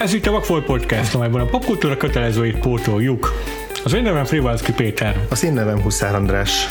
Ez itt a Vagfolt Podcast, amelyben a popkultúra kötelezőit pótoljuk. Az én nevem Frivalszki Péter. Az én nevem Huszár András.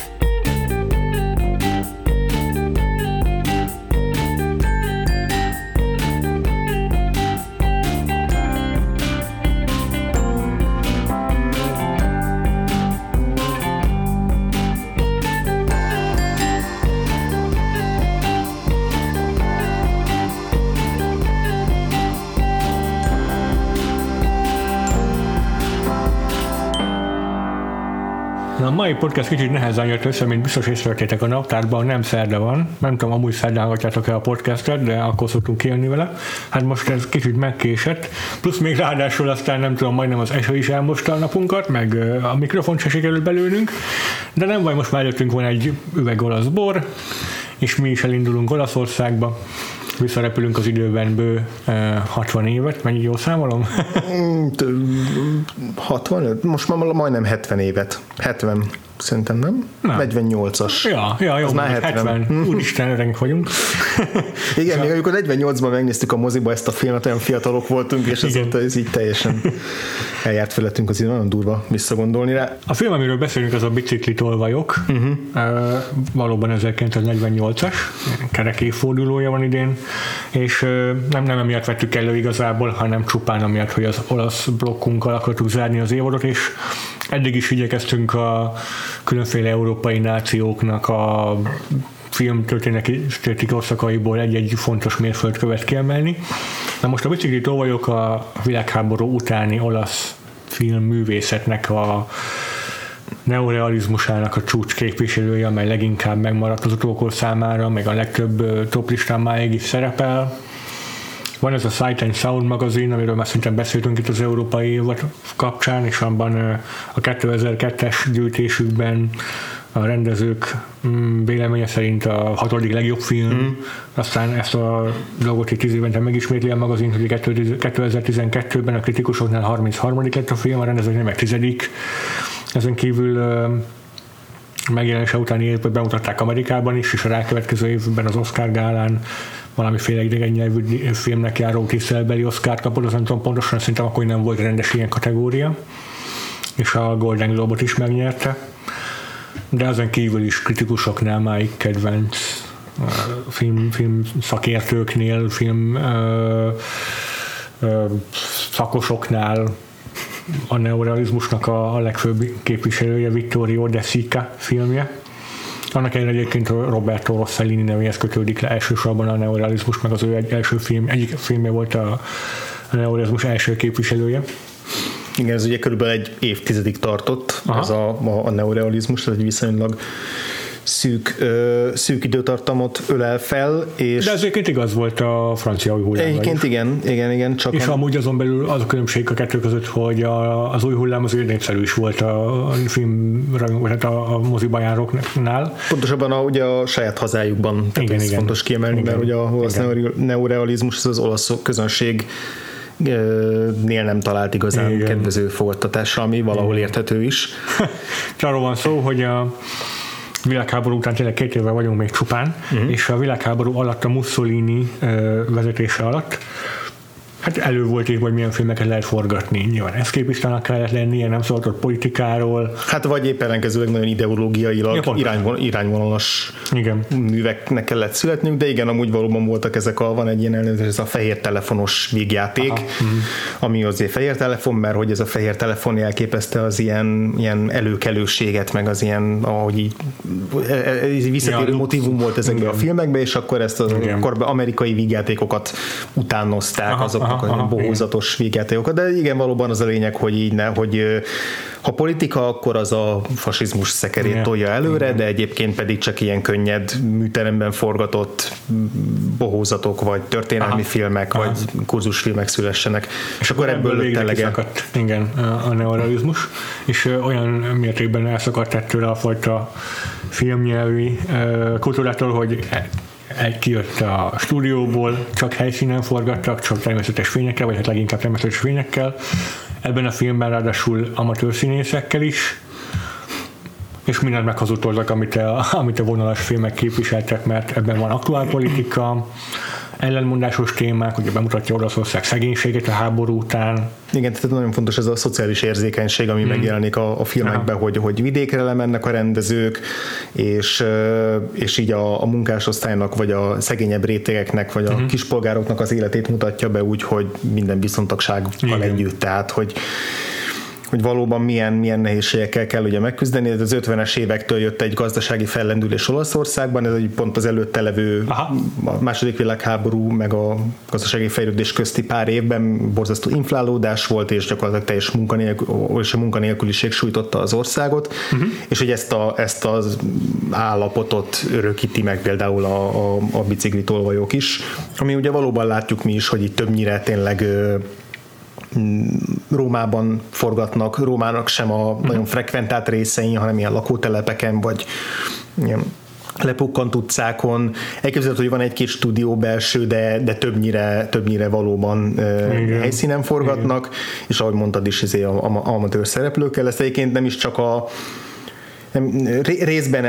A mai podcast kicsit nehezen jött össze, mint biztos észrevettétek a naptárban, nem szerda van. Nem tudom, amúgy szerdán hallgatjátok-e a podcastet, de akkor szoktunk élni vele. Hát most ez kicsit megkésett. Plusz még ráadásul aztán nem tudom, majdnem az eső is elmosta a napunkat, meg a mikrofont se sikerült belőnünk. De nem baj, most már jöttünk volna egy üveg olasz bor, és mi is elindulunk Olaszországba. Visszarepülünk az időben bő 60 évet, mennyi jól számolom? 65? Most már majdnem 70 évet. 70, szerintem nem? 48-as. Ja, jó, az már 70. Úristen, öregek vagyunk. Igen, még amikor 48-ban megnéztük a moziba ezt a filmet, olyan fiatalok voltunk, és azóta ez így teljesen eljárt felettünk, az így nagyon durva visszagondolni rá. A film, amiről beszélünk, az a Bicikli tolvajok. Valóban 1948-as, kerek évfordulója van idén, és nem emiatt vettük elő igazából, hanem csupán amiatt, hogy az olasz blokkunkkal akartuk zárni az évadot, és eddig is igyekeztünk a különféle európai nációknak a filmtörténeti korszakaiból egy-egy fontos mérföldkövet kiemelni. Na most a Bicikli tolvajok a világháború utáni olasz filmművészetnek a neorealizmusának a csúcs képviselője, amely leginkább megmaradt az utókor számára, meg a legtöbb toplistán máig is szerepel. Van ez a Sight and Sound magazin, amiről már szerintem beszéltünk itt az európai évad kapcsán, és abban a 2002-es gyűjtésükben a rendezők véleménye szerint a 6. legjobb film. Aztán ezt a dolgot itt 10 évente megismétli a magazin, hogy 2012-ben a kritikusoknál 33. lett a film, a rendezőknél meg 10. Ezen kívül megjelenése utáni évben bemutatták Amerikában is, és a rákövetkező évben az Oscar gálán valamiféle idegen nyelvű filmnek járó tiszteletbeli Oscart kapott, az nem tudom pontosan, szerintem akkor nem volt rendes ilyen kategória, és a Golden Globe-ot is megnyerte, de ezen kívül is kritikusoknál máig kedvenc, film szakértőknél, film szakosoknál a neorealizmusnak a legfőbb képviselője Vittorio De Sica filmje. Annak ellenére egyébként Roberto Rossellini nevéhez kötődik le elsősorban a neorealizmus, meg az ő egyik filmje volt a neorealizmus első képviselője. Igen, ez ugye körülbelül egy évtizedig tartott. Aha. Ez a neorealizmus, tehát egy viszonylag szűk időtartamot ölel fel. És de ezért igaz volt a francia új hullámra. Egyébként igen. Csak és amúgy azon belül az a különbség a kettő között, hogy az új hullám az népszerű is volt a a moziba járóknál. Pontosabban ugye a saját hazájukban. Tehát igen, ez fontos kiemelni, mert ugye az neorealizmus az olasz közönség nél nem talált igazán kedvező fogadtatásra, ami valahol érthető is. Arról van szó, hogy a világháború után tényleg 2 évvel vagyunk még csupán, és a világháború alatt a Mussolini vezetése alatt hát elő volt írva, hogy milyen filmeket lehet forgatni. Nyilván eszképistának kellett lennie, nem szóltott politikáról. Hát vagy épp ellenkezőleg nagyon ideológiailag irányvonalas műveknek kellett születniük, de igen, amúgy valóban voltak ezek van egy ilyen elnevezés, ez a fehér telefonos vígjáték, ami azért fehér telefon, mert hogy ez a fehér telefon jelképezte az ilyen előkelőséget, meg az ilyen, ahogy így visszatérő motivum volt ezekben a filmekben, és akkor ezt az amerikai vígjátékokat utánozták, azok a bohózatos vígjátékokat, de igen, valóban az a lényeg, hogy így hogy ha politika, akkor az a fasizmus szekerét tolja előre, de egyébként pedig csak ilyen könnyed műteremben forgatott bohózatok, vagy történelmi filmek, vagy kurzusfilmek szülessenek. És akkor ebből lőtt elege. Igen, a neorealizmus, és olyan mértékben elszakadt ettől a fajta filmnyelvi kultúrától, hogy kijött a stúdióból, csak helyszínen forgattak, csak természetes fényekkel, vagy hát leginkább természetes fényekkel. Ebben a filmben ráadásul amatőr színészekkel is, és mindent meghazudtoltak, amit a vonalas filmek képviseltek, mert ebben van aktuálpolitika, ellenmondásos témák, ugye bemutatja Oroszország szegénységet a háború után. Igen, tehát nagyon fontos ez a szociális érzékenység, ami megjelenik a filmekben, hogy vidékre lemennek a rendezők, és így a munkásosztálynak, vagy a szegényebb rétegeknek, vagy a kispolgároknak az életét mutatja be úgy, hogy minden viszontagsággal együtt. Tehát, hogy valóban milyen nehézségekkel kell ugye megküzdeni. Ez az 50-es évektől jött egy gazdasági fellendülés Olaszországban, ez egy pont az előtte levő a második világháború, meg a gazdasági fejlődés közti pár évben borzasztó inflálódás volt, és gyakorlatilag teljes munkanélküliség sújtotta az országot, és hogy ezt az állapotot örökíti meg például a biciklitolvajok is, ami ugye valóban látjuk mi is, hogy itt többnyire tényleg Rómában forgatnak, Rómának sem a nagyon frekventált részein, hanem ilyen lakótelepeken, vagy ilyen lepukkant utcákon. Elképzelhető, hogy van egy-két stúdió belső, de többnyire valóban helyszínen forgatnak, és ahogy mondtad is, amatőr szereplőkkel. Ezt egyébként nem is csak részben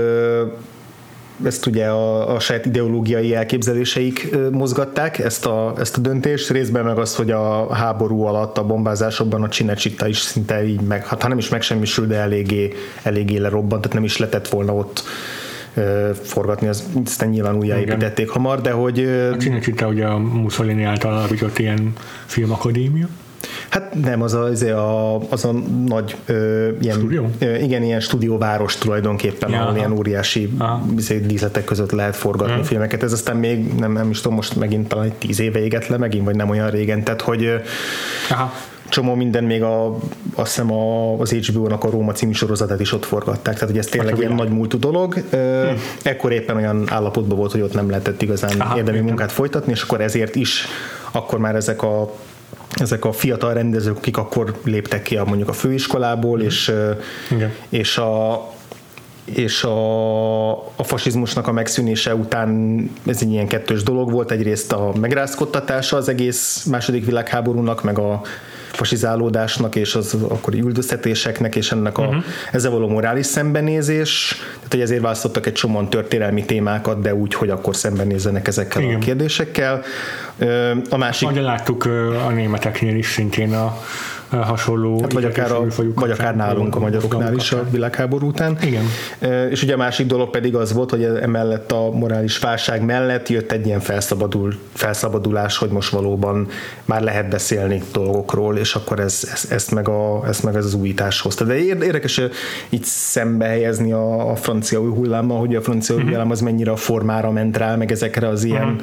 ezt ugye a saját ideológiai elképzeléseik mozgatták, ezt a döntést, részben meg az, hogy a háború alatt a bombázásokban a Cinecittà is szinte így ha nem is megsemmisül, de eléggé lerobbant, tehát nem is lehetett volna ott forgatni, aztán nyilván újjáépítették hamar, de hogy... A Cinecittà ugye a Mussolini által alapított ilyen filmakadémia. Hát nem, az a nagy ilyen stúdióváros tulajdonképpen, ahol ilyen óriási díszletek között lehet forgatni filmeket. Ez aztán még nem is tudom, most megint talán 10 éve égett le megint, vagy nem olyan régen, tehát hogy csomó minden, még azt hiszem az HBO-nak a Róma című sorozatát is ott forgatták, tehát hogy ez tényleg ilyen nagy múltú dolog. Ekkor éppen olyan állapotban volt, hogy ott nem lehetett igazán érdemi munkát folytatni, és akkor ezért is akkor már ezek a fiatal rendezők, akik akkor léptek ki mondjuk a főiskolából, és a fasizmusnak a megszűnése után ez egy ilyen kettős dolog volt. Egyrészt a megrázkodtatása az egész második világháborúnak, meg a fasizálódásnak és az akkori üldöztetéseknek, és ennek ezzel való morális szembenézés. Tehát, hogy ezért választottak egy csomóan történelmi témákat, de úgy, hogy akkor szembenézzenek ezekkel a kérdésekkel. A másik... Ahogy láttuk a németeknél is szintén a hasonló... Hát vagy akár nálunk a magyaroknál is a világháború után. Igen. És ugye a másik dolog pedig az volt, hogy emellett a morális válság mellett jött egy ilyen felszabadulás, hogy most valóban már lehet beszélni dolgokról, és akkor ezt meg az újítás hozta. De érdekes így szembe helyezni a francia új hullámmal, hogy a francia új hullám az mennyire a formára ment rá, meg ezekre az ilyen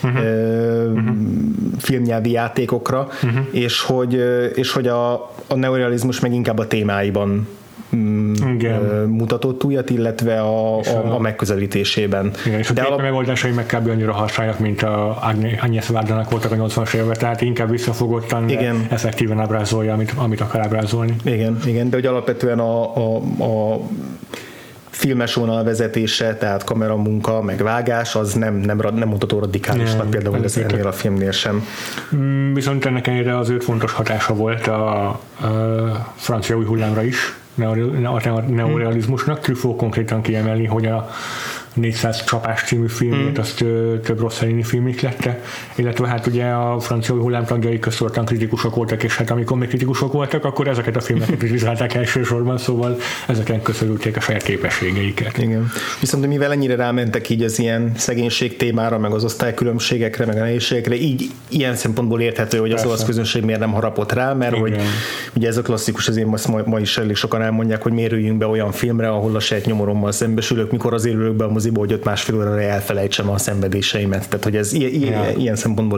filmnyelvi játékokra, és hogy a neorealizmus meg inkább a témáiban mutatott újat, illetve a megközelítésében. Igen, és a megoldásai meg kb. Annyira hasonlnak, mint a Agnes Vardának voltak a 80-as években, tehát inkább visszafogottan, effektíven ábrázolja, amit akar ábrázolni. Igen, de hogy alapvetően a filmes vonalvezetése, tehát kameramunka, meg vágás, az nem mutató radikálisnak, például ennél a filmnél sem. Viszont ennek ennyire azért fontos hatása volt a francia új hullámra is, a neorealizmusnak. Truffaut konkrétan kiemelni, hogy a 400 csapás című filmét, azt több Rossellini filmik lette, illetve hát ugye a francia új hullám tagjai közszortan kritikusok voltak, és hát amikor még kritikusok voltak, akkor ezeket a filmeket kritizálták elsősorban, szóval ezeken köszönülték a saját képességeiket. Igen. Viszont mivel ennyire rámentek így az ilyen szegénység témára, meg az osztálykülönbségekre, meg a nehézségekre, így ilyen szempontból érthető, hogy az olasz közönség miért nem harapott rá, mert hogy ugye ez a klasszikus, azért ma is elég sokan elmondják, hogy miért üljünk be olyan filmre, ahol a saját nyomorommal szembesülök, mikor azért ülök be a moziba, hogy 5,5 órára elfelejtsem a szenvedéseimet. Tehát, hogy ez ilyen szempontból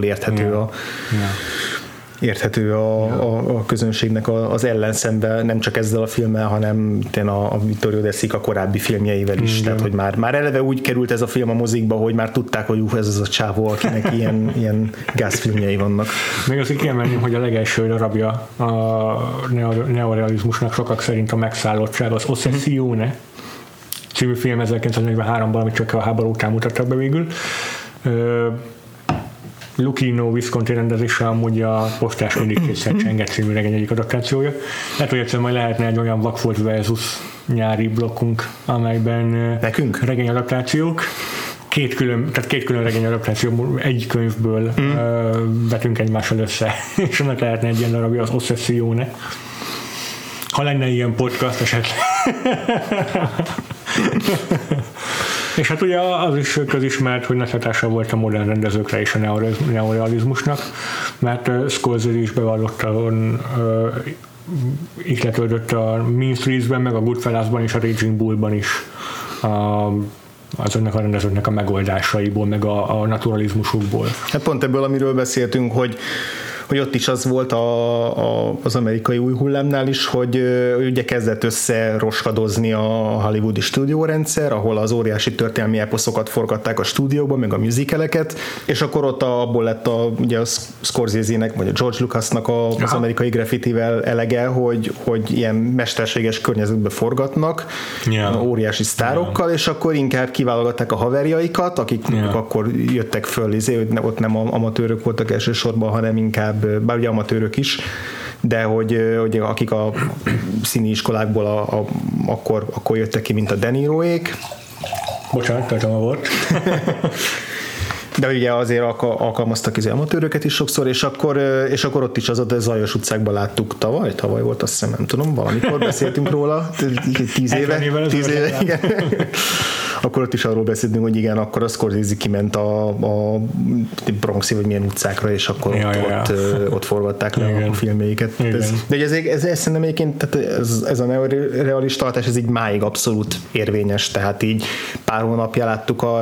érthető a közönségnek az ellenszembe, nem csak ezzel a filmmel, hanem a Vittorio De Sica korábbi filmjeivel is. Tehát, hogy már eleve úgy került ez a film a mozikba, hogy már tudták, hogy ez az a csávó, akinek ilyen gázfilmjei vannak. Még azért kiemelném, hogy a legelső darabja a neorealizmusnak sokak szerint a megszállottság, az Ossessione című film 1943-ban, amit csak a háború után mutattak be végül. Luchino Visconti rendezése amúgy a Postás mindig kétszer csenget című regény egyik adaptációja. Lehet, hogy egyszer majd lehetne egy olyan Vakfolt versus nyári blokkunk, amelyben nekünk regényadaptációk két külön regény adaptáció, egy könyvből vetünk egymással össze, és annak lehetne egy ilyen darabja az Ossessione. Ha lenne ilyen podcast esetleg. És hát ugye az is közismert, hogy nagy hatása volt a modern rendezőkre és a neorealizmusnak, mert Scorsese is bevallottan ihletődött a Mean Streets-ben, meg a Goodfellasban és a Raging Bullban is azonnak a rendezőknek a megoldásaiból, meg a naturalizmusukból. Hát pont ebből, amiről beszéltünk, hogy ott is az volt az amerikai új hullámnál is, hogy ugye kezdett összeroskadozni a hollywoodi stúdiórendszer, ahol az óriási történelmi eposzokat forgatták a stúdióban, meg a musicaleket, és akkor ott abból lett ugye a Scorsese-nek, vagy a George Lucasnak az amerikai graffitivel elege, hogy ilyen mesterséges környezetbe forgatnak, óriási sztárokkal, és akkor inkább kiválogatták a haverjaikat, akik akkor jöttek föl, ott nem amatőrök voltak elsősorban, hanem inkább, bár ugye amatőrök is, de hogy akik a színi iskolákból akkor jöttek ki, mint a De Niroék. Bocsánat, tartom a volt. De ugye azért alkalmaztak az amatőröket is sokszor, és akkor ott is az Zajos utcákban láttuk tavaly volt, azt hiszem, nem tudom, valamikor beszéltünk róla, 10 éve, igen. Akkor ott is arról beszéltünk, hogy igen, akkor a Scorsese kiment a Bronxi vagy milyen utcákra, és akkor ott forgatták le a filmjeiket. De ez szerintem egyébként, ez a neorealista hatás, ez így máig abszolút érvényes, tehát így pár hónapja láttuk a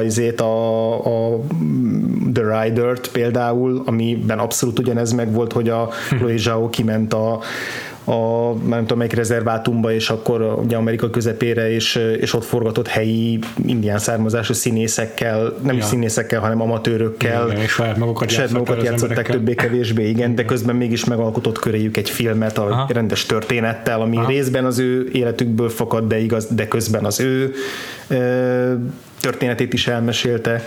The Rider-t például, amiben abszolút ugyanez megvolt, hogy a Chloe Zhao kiment nem tudom melyik rezervátumba, és akkor ugye Amerika közepére, és ott forgatott helyi indián származású színészekkel, nem is színészekkel, hanem amatőrökkel, és saját magukat játszották többé-kevésbé, igen, de közben mégis megalkotott köréjük egy filmet a rendes történettel, ami részben az ő életükből fakad, de közben az ő történetét is elmesélte.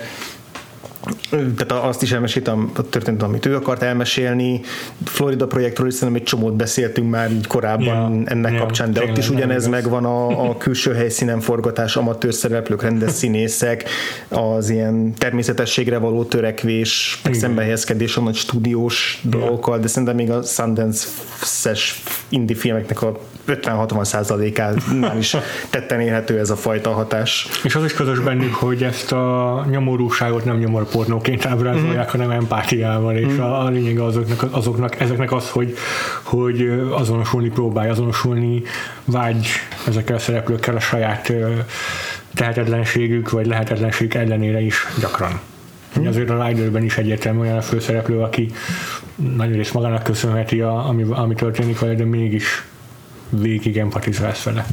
Tehát azt is elmeséltem a történet, amit ő akart elmesélni. Florida projektről is szerintem egy csomót beszéltünk már így korábban ennek kapcsán, de ott is ugyanez megvan a külső helyszínen forgatás, amatőr szereplők, rendes színészek, az ilyen természetességre való törekvés, meg szembehézkedés a nagy stúdiós dolgokkal, de szerintem még a Sundance-es indie filmeknek a 50-60%-ánál is tetten érhető ez a fajta hatás. És az is közös bennük, hogy ezt a nyomorúságot nem nyomorpornóként ábrázolják, hanem empátiával, és a lényeg ezeknek az, hogy azonosulni próbálj, azonosulni vágy ezekkel a szereplőkkel a saját tehetetlenségük vagy lehetetlenség ellenére is gyakran. Azért a Riderben is egyértelmű olyan a főszereplő, aki nagy rész magának köszönheti, ami történik vele, de mégis végig empatizálsz vele.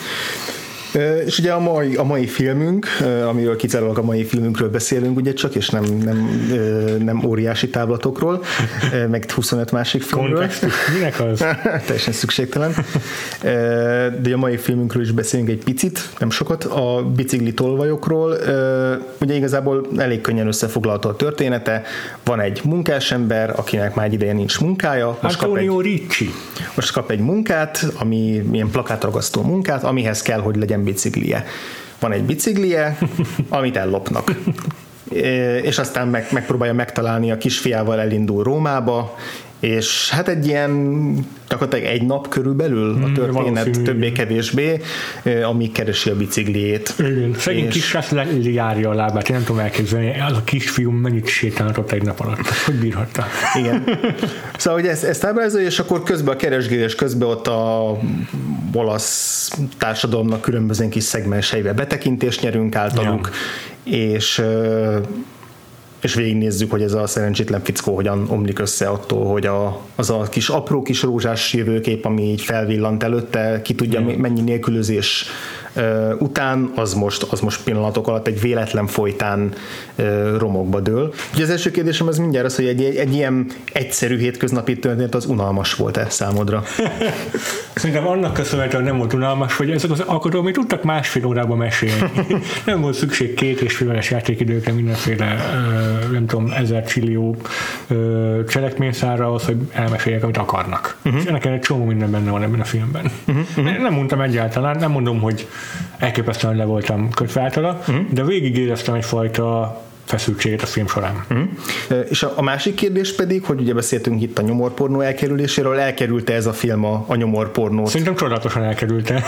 És ugye a mai filmünk, amiről kizárólag a mai filmünkről beszélünk, ugye csak, és nem óriási táblatokról, meg 25 másik filmről. Kontextus, minek az? Teljesen szükségtelen. De a mai filmünkről is beszélünk egy picit, nem sokat, a bicikli tolvajokról. Ugye igazából elég könnyen összefoglalható a története. Van egy munkásember, akinek már egy ideje nincs munkája. Most kap egy munkát, ami ilyen plakátragasztó munkát, amihez kell, hogy legyen biciklije. Van egy biciklije, amit ellopnak. És aztán megpróbálja megtalálni, a kisfiával elindul Rómába, és hát egy ilyen gyakorlatilag egy nap körülbelül a történet többé-kevésbé, amíg keresi a bicikliét. Igen, szegény kisrác járja a lábát, én nem tudom elképzelni, az a kisfiú mennyit sétálhatott egy nap alatt, hogy bírhatta. Igen. Szóval, hogy ezt ábrázolja, és akkor közben a keresgélés közben ott a olasz társadalomnak különböző kis szegmenseibe betekintést nyerünk általuk, és végignézzük, hogy ez a szerencsétlen fickó hogyan omlik össze attól, hogy az a kis apró kis rózsás jövőkép, ami így felvillant előtte, ki tudja mennyi nélkülözés után, az most pillanatok alatt egy véletlen folytán romokba dől. Ugye az első kérdésem az mindjárt az, hogy egy ilyen egyszerű hétköznapi történet az unalmas volt-e számodra? Szerintem annak köszönhetően nem volt unalmas, hogy ezek az alkotók még tudtak másfél órában mesélni. Nem volt szükség 2,5 órás játékidőkre, mindenféle nem tudom, 1000 csillió cselekményszálra ahhoz, hogy elmeséljek, amit akarnak. És ennek egy csomó minden benne van ebben a filmben. Nem mondtam egyáltalán, nem mondom, hogy elképesztően le voltam kötve általa, de végig éreztem egyfajta feszültséget a film során. És a másik kérdés pedig, hogy ugye beszéltünk itt a nyomorpornó elkerüléséről, elkerülte ez a film a nyomorpornót? Szerintem csodálatosan elkerülte.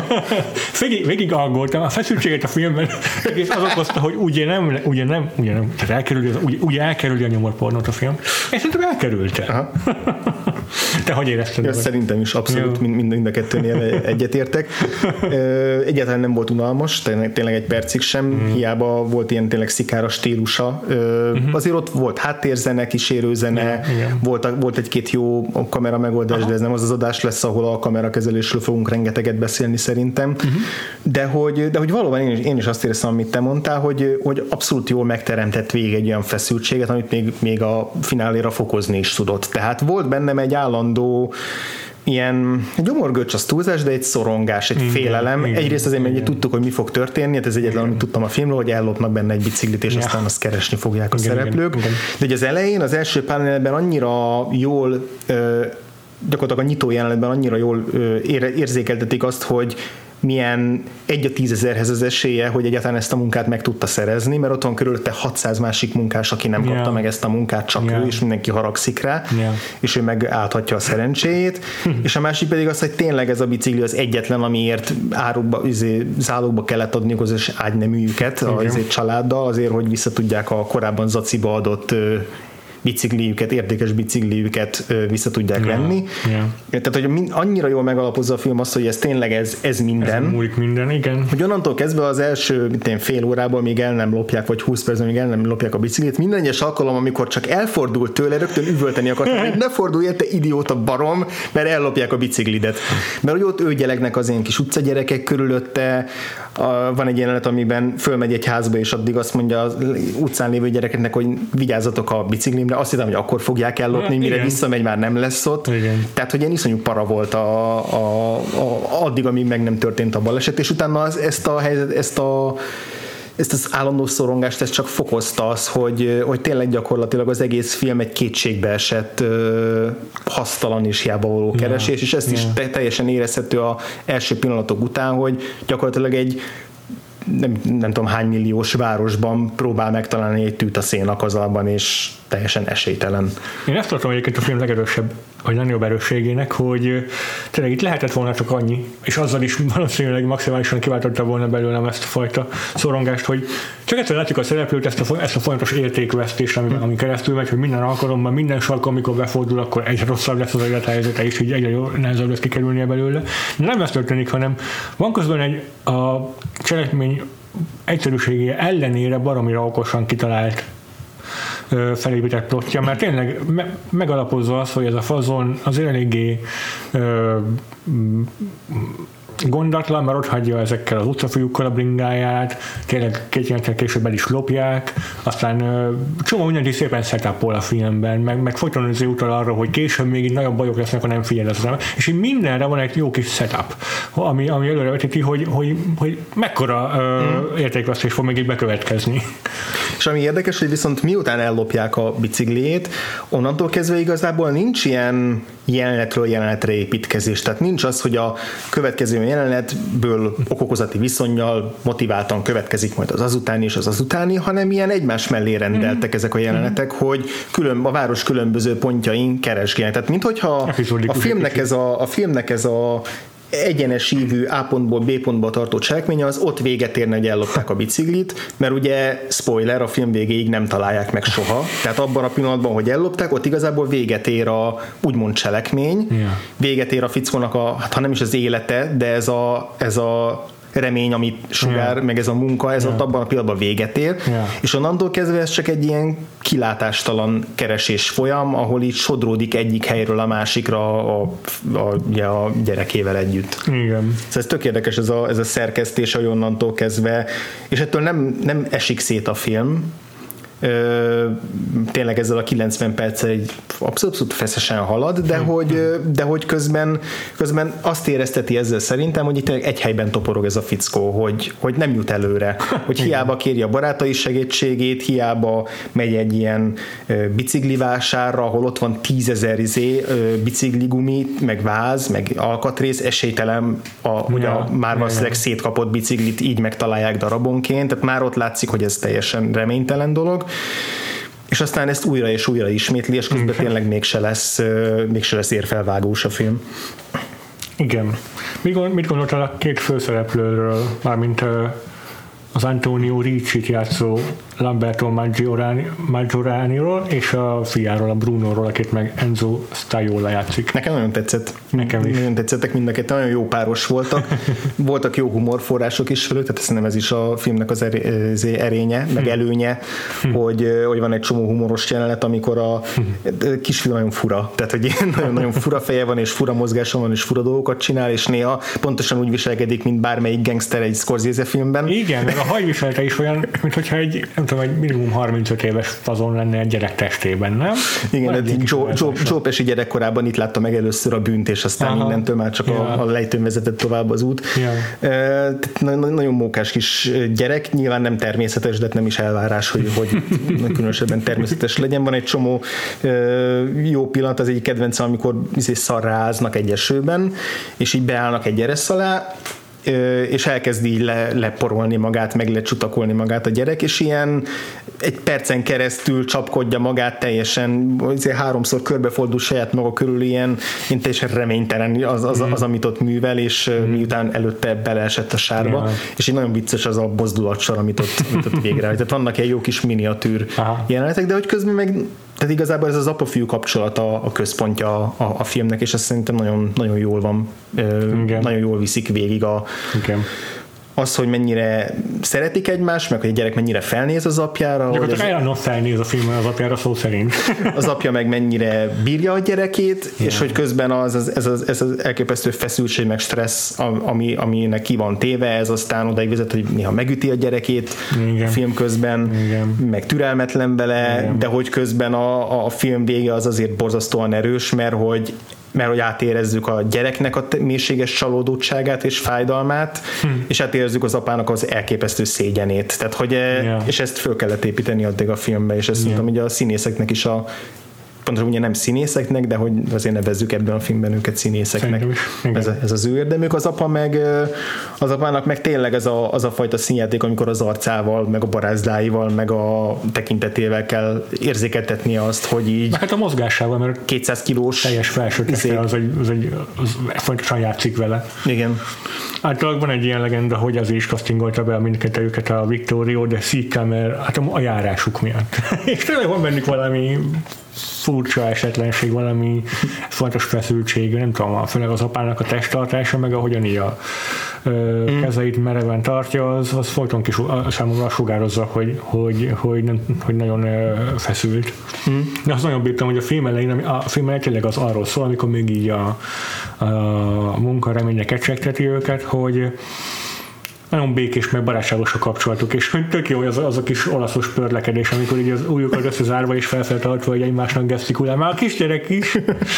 Végig aggódtam, a feszültséget a filmben egész az okozta, hogy ugye nem, tehát elkerüli a nyomorpornót a film, és szerintem elkerülte. Aha. Te hogy érezted? Szerintem is abszolút mind a kettőnél egyetértek. Egyáltalán nem volt unalmas, tényleg egy percig sem, hiába volt ilyen tényleg szikára stílusa. Azért ott volt háttérzene, kísérőzene, volt egy-két jó kamera megoldás, de ez nem az adás lesz, ahol a kamerakezelésről fogunk rengeteget beszélni szerintem. De hogy valóban én is azt éreztem, amit te mondtál, hogy abszolút jól megteremtett végig egy olyan feszültséget, amit még a fináléra fokozni is tudott. Tehát volt bennem egy állandó ilyen gyomorgörcs az túlzás, de egy szorongás, egy félelem. Egyrészt azért, mert tudtuk, hogy mi fog történni, hát ez egyetlen, amit tudtam a filmről, hogy ellopnak benne egy biciklit, és aztán azt keresni fogják a szereplők. De ugye az elején, az első panelben annyira jól gyakorlatilag a nyitó jelenetben annyira jól érzékeltetik azt, hogy milyen 1/10,000-hez az esélye, hogy egyáltalán ezt a munkát meg tudta szerezni, mert ott van körülötte 600 másik munkás, aki nem kapta meg ezt a munkát, csak ő, és mindenki haragszik rá, és ő meg állhatja a szerencséjét. És a másik pedig az, hogy tényleg ez a bicikli az egyetlen, amiért zálogba kellett adniuk az ágyneműjüket az családdal, azért, hogy vissza tudják a korábban zaciba adott bicikliüket, értékes bicikliüket vissza tudják venni. Tehát, hogy annyira jól megalapozza a film azt, hogy ez tényleg ez minden. Ez múlik minden, igen. Hogy onnantól kezdve az első fél órában még el nem lopják, vagy 20 percben még el nem lopják a biciklit, minden egyes alkalom, amikor csak elfordult tőle, rögtön üvölteni akart, hogy ne fordulj el, te idióta barom, mert ellopják a biciklidet. Mert hogy ott őgyelegnek az én kis utcagyerekek körülötte, van egy jelenet, amiben fölmegy egy házba, és addig azt mondja az utcán lévő gyerekeknek, hogy vigyázzatok a biciklimre, azt hittem, hogy akkor fogják ellopni, mire visszamegy, már nem lesz ott. Igen. Tehát, hogy ilyen iszonyú para volt addig, amíg meg nem történt a baleset, és utána ezt a helyzet, ezt az állandó szorongást, ez csak fokozta az, hogy tényleg gyakorlatilag az egész film egy kétségbe esett, hasztalan és hiába való keresés, és ezt is teljesen érezhető az első pillanatok után, hogy gyakorlatilag egy nem tudom hány milliós városban próbál megtalálni egy tűt a szénakazalban, és teljesen esélytelen. Én ezt tartom egyébként a film legerősebb, vagy legnagyobb erősségének, hogy tényleg itt lehetett volna csak annyi, és azzal is valószínűleg maximálisan kiváltotta volna belőlem ezt a fajta szorongást, hogy csak egyszer látjuk a szereplőt, ezt a folyamatos értékvesztést, ami keresztül megy, hogy minden alkalommal, minden sarkon, amikor befordul, akkor egyre rosszabb lesz az élethelyzete, és így egyre nehezebb lesz kikerülnie belőle. Nem ez történik, hanem van közben a cselekmény egyszerűségé ellenére baromira okosan kitalált felépített plotja, mert tényleg megalapozza az, hogy ez a fazon azért eléggé gondatlan, mert ott hagyja ezekkel az utcafiúkkal a bringáját, tényleg 2 jelenettel később el is lopják, aztán csomó mindent is szépen setupol a filmben, meg folyton azért utal arra, hogy később még így nagyobb bajok lesznek, ha nem figyelsz rá. És így mindenre van egy jó kis setup, ami előrevetíti, hogy mekkora értékvesztés fog még így bekövetkezni. És ami érdekes, hogy viszont miután ellopják a bicikliét, onnantól kezdve igazából nincs ilyen jelenetről jelenetre építkezés. Tehát nincs az, hogy a következő jelenetből okokozati viszonnyal motiváltan következik majd az azutáni és az azutáni, hanem ilyen egymás mellé rendeltek ezek a jelenetek, hogy a város különböző pontjain keresgélnek. Tehát minthogyha a filmnek ez a egyenes ívű A pontból B pontba tartó cselekménye az ott véget érne, hogy ellopták a biciklit, mert ugye spoiler, a film végéig nem találják meg soha. Tehát abban a pillanatban, hogy ellopták, ott igazából véget ér a úgymond cselekmény, véget ér a fickónak ha nem is az élete, de ez a remény, amit sugár, meg ez a munka, ez ott abban a pillanatban véget ér, és onnantól kezdve ez csak egy ilyen kilátástalan keresés folyam, ahol így sodródik egyik helyről a másikra a gyerekével együtt. Igen. Szóval ez tök érdekes ez a szerkesztés, hogy onnantól kezdve, és ettől nem esik szét a film, tényleg ezzel a 90 perccel egy abszolút feszesen halad, de hogy közben azt érezteti ezzel szerintem, hogy itt egy helyben toporog ez a fickó, hogy nem jut előre, hogy hiába kéri a barátai segítségét, hiába megy egy ilyen biciklivásárra, ahol ott van 10 000 bicikligumi, meg váz, meg alkatrész, esélytelen, hogy a már valószínűleg szétkapott biciklit így megtalálják darabonként, tehát már ott látszik, hogy ez teljesen reménytelen dolog, és aztán ezt újra és újra ismétli, és közben tényleg mégse lesz érfelvágós a film. Igen. Mit gondoltál a két főszereplőről, mármint az Antonio Ricci-t játszó Lamberto Maggioraniról és a fiáról, a Brunoról, akit meg Enzo Staiola játszik. Nekem nagyon tetszett. Nekem is. Nagyon tetszettek mind a ketten, nagyon jó páros voltak. Voltak jó humorforrások is velük, tehát szerintem ez is a filmnek az erénye, meg előnye, hogy van egy csomó humoros jelenet, amikor a kisfiú nagyon fura, tehát hogy nagyon fura feje van, és fura mozgása van, és fura dolgokat csinál, és néha pontosan úgy viselkedik, mint bármelyik gangster egy Scorsese filmben. Igen, a hajviselete is olyan, mintha egy minimum 35 éves fazon lenne egy gyerek testében, nem? Igen, Joe Pesci gyerekkorában itt látta meg először a bűnt, és aztán innentől már csak a lejtőn vezetett tovább az út. Nagyon mókás kis gyerek, nyilván nem természetes, de nem is elvárás, hogy különösebben természetes legyen. Van egy csomó jó pillanat, az egyik kedvencem, amikor szarráznak egy esőben, és így beállnak egy eresz alá, és elkezd így leporolni magát, meg lecsutakolni magát a gyerek, és ilyen egy percen keresztül csapkodja magát teljesen, 3-szor körbefordul saját maga körül, ilyen teljesen reménytelen az amit ott művel, és miután előtte beleesett a sárba, és így nagyon vicces az a mozdulatsor, amit ott végre. Tehát vannak egy jó kis miniatűr jelenetek, de hogy közben meg tehát igazából ez az apa-fiú kapcsolata a központja a filmnek, és ez szerintem nagyon, nagyon jól van, nagyon jól viszik végig az, hogy mennyire szeretik egymást, meg hogy a gyerek mennyire felnéz az apjára. Gyakorlatilag felnéz a filmben az apjára szó szerint. Az apja meg mennyire bírja a gyerekét, és hogy közben ez az elképesztő feszültség, meg stressz, aminek ki van téve, ez aztán odaig vezet, hogy néha megüti a gyerekét a film közben, meg türelmetlen vele, de hogy közben a film vége az azért borzasztóan erős, mert hogy átérezzük a gyereknek a mélységes csalódottságát és fájdalmát, és átérezzük az apának az elképesztő szégyenét. Tehát, hogy és ezt föl kellett építeni addig a filmbe, és ezt mondtam, hogy a színészeknek is pontosan ugye nem színészeknek, de hogy azért nevezzük ebben a filmben őket színészeknek. Ez az ő érdemük. Az apának meg tényleg az a fajta színjáték, amikor az arcával, meg a barázdáival, meg a tekintetével kell érzékeltetnie azt, hogy így... Hát a mozgásával, mert 200 kilós teljes felsőteste, az fontosan játszik vele. Igen. Általában van egy ilyen legenda, hogy az is castingolta be mindkettőjüket a Vittorio de Sica, mert hát a járásuk miatt. És tényleg van bennük valami furcsa esetlenség, valami fontos feszültség, nem tudom, főleg az apának a testtartása, meg ahogyan így a kezeit mereven tartja, az folyton kis számomra sugározza, hogy nagyon feszült. De azt nagyon bírtam, hogy a film elején tényleg az arról szól, amikor még így a munka reménye kecsegteti őket, hogy nagyon békés, meg barátságos a kapcsolatuk, és tök jó az a kis olaszos pörlekedés, amikor így az ujjukat összezárva és felfeltartva, hogy egymásnak gesztikulál, már a kisgyerek is.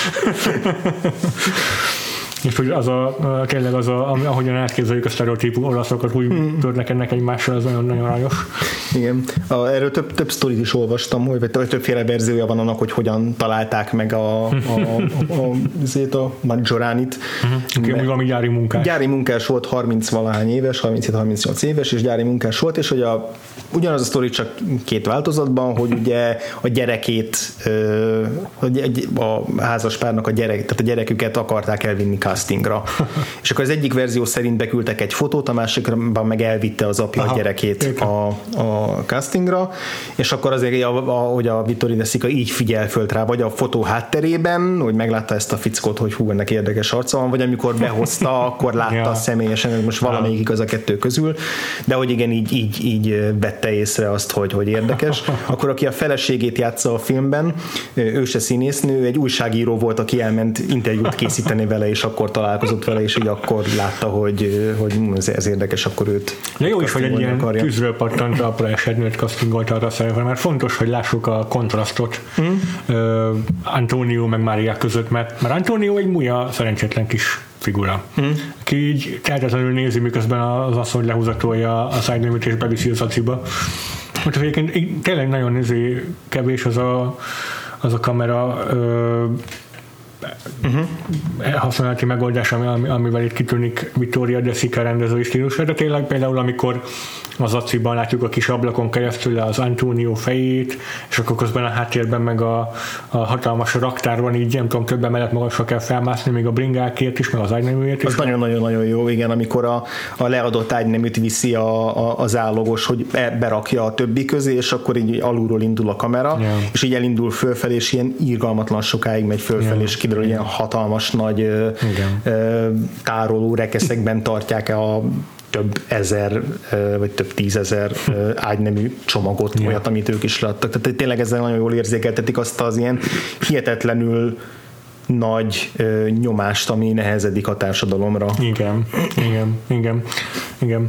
És hogy tényleg ahogyan elképzeljük a sztereotípú olaszokat, úgy törlekednek egymással, az nagyon aranyos. Igen. Erről több sztorit is olvastam, vagy többféle verziója van annak, hogy hogyan találták meg a Maggioránit. Valami gyári munkás. Gyári munkás volt, 30-valahány éves, 37-38 éves, és gyári munkás volt, és hogy ugyanaz a sztori csak két változatban, hogy ugye a gyerekét, a házaspárnak tehát a gyereküket akarták elvinni castingra. És akkor az egyik verzió szerint beküldtek egy fotót, a másikban meg elvitte az apja a gyerekét a castingra, és akkor azért, hogy a Vittorio de Sica így figyel föl rá, vagy a fotó hátterében, hogy meglátta ezt a fickót, hogy hú, ennek érdekes arca van, vagy amikor behozta, akkor látta személyesen, hogy most valamelyik igaz a kettő közül, de hogy igen, így vette észre azt, hogy érdekes. Akkor aki a feleségét játsza a filmben, ő se színésznő, egy újságíró volt, aki elment interjút készíteni vele, és akkor találkozott vele, és így akkor látta, hogy ez érdekes, akkor őt. De jó is, hogy egy ilyen tűzről pattant a Presednőt castingolta arra a szerepre, mert fontos, hogy lássuk a kontrasztot Antonio meg Mária között, mert Antonio egy múlja szerencsétlen kis figura. Aki így tehetetlenül nézi, miközben az asszony lehúzatolja a szájneműt és beviszi az aciba. Úgyhogy egyébként tényleg nagyon kevés az a kamera használati megoldás, amivel itt kitűnik Vittoria De Sica rendezői stílusa, de tényleg például amikor az aciban látjuk a kis ablakon keresztül az Antonio fejét, és akkor közben a háttérben meg a hatalmas raktárban így nem tudom, több emelet magasra kell felmászni, még a bringákért is, meg az ágyneműért is. Az nagyon-nagyon jó, igen, amikor a leadott ágyneműt viszi az állogos, hogy berakja a többi közé, és akkor így alulról indul a kamera, és így elindul fölfelé, és ilyen irgalmatlan sokáig megy fölfelé, és kiderül, hogy ilyen hatalmas nagy tároló rekeszekben tartják a több ezer, vagy több tízezer ágynemű csomagot, olyat, amit ők is láttak. Tehát tényleg ezzel nagyon jól érzékeltetik azt az ilyen hihetetlenül nagy nyomást, ami nehezedik a társadalomra. Igen.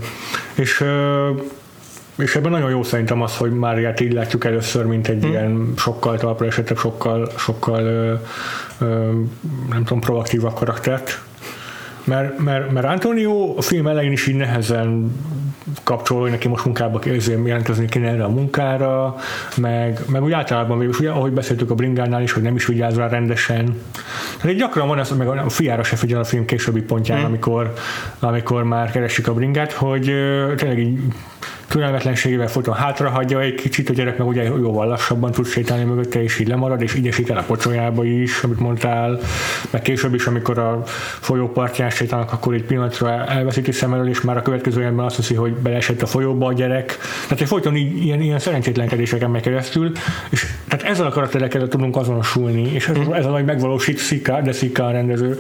És ebben nagyon jó szerintem az, hogy Máriát így látjuk először, mint egy ilyen sokkal talpra esetebb, sokkal nem tudom, proaktívabb karaktert. Mert Antonio a film elején is így nehezen kapcsol, hogy neki most munkába jelentkezni kéne erre a munkára, meg úgy általában végül, ugye, ahogy beszéltük a bringánál is, hogy nem is vigyáz rá rendesen. Tehát így gyakran van ez, meg a fiára se figyel a film későbbi pontján, amikor már keresik a bringát, hogy tényleg így türelmetlenségével folyton hátrahagyja egy kicsit, a gyerek meg ugye jóval lassabban tud sétálni mögötte, és így lemarad, és így esik el a pocsolyába is, amit mondtál, meg később is, amikor a folyópartján sétálnak, akkor egy pillanatra elveszíti szem elől, és már a következő évben azt hiszi, hogy beleesett a folyóba a gyerek. Tehát egy folyton így, ilyen szerencsétlenkedéseken megy keresztül, és tehát ezzel a karakterekkel tudunk azonosulni, és ez a nagy megvalósít De Sica rendező,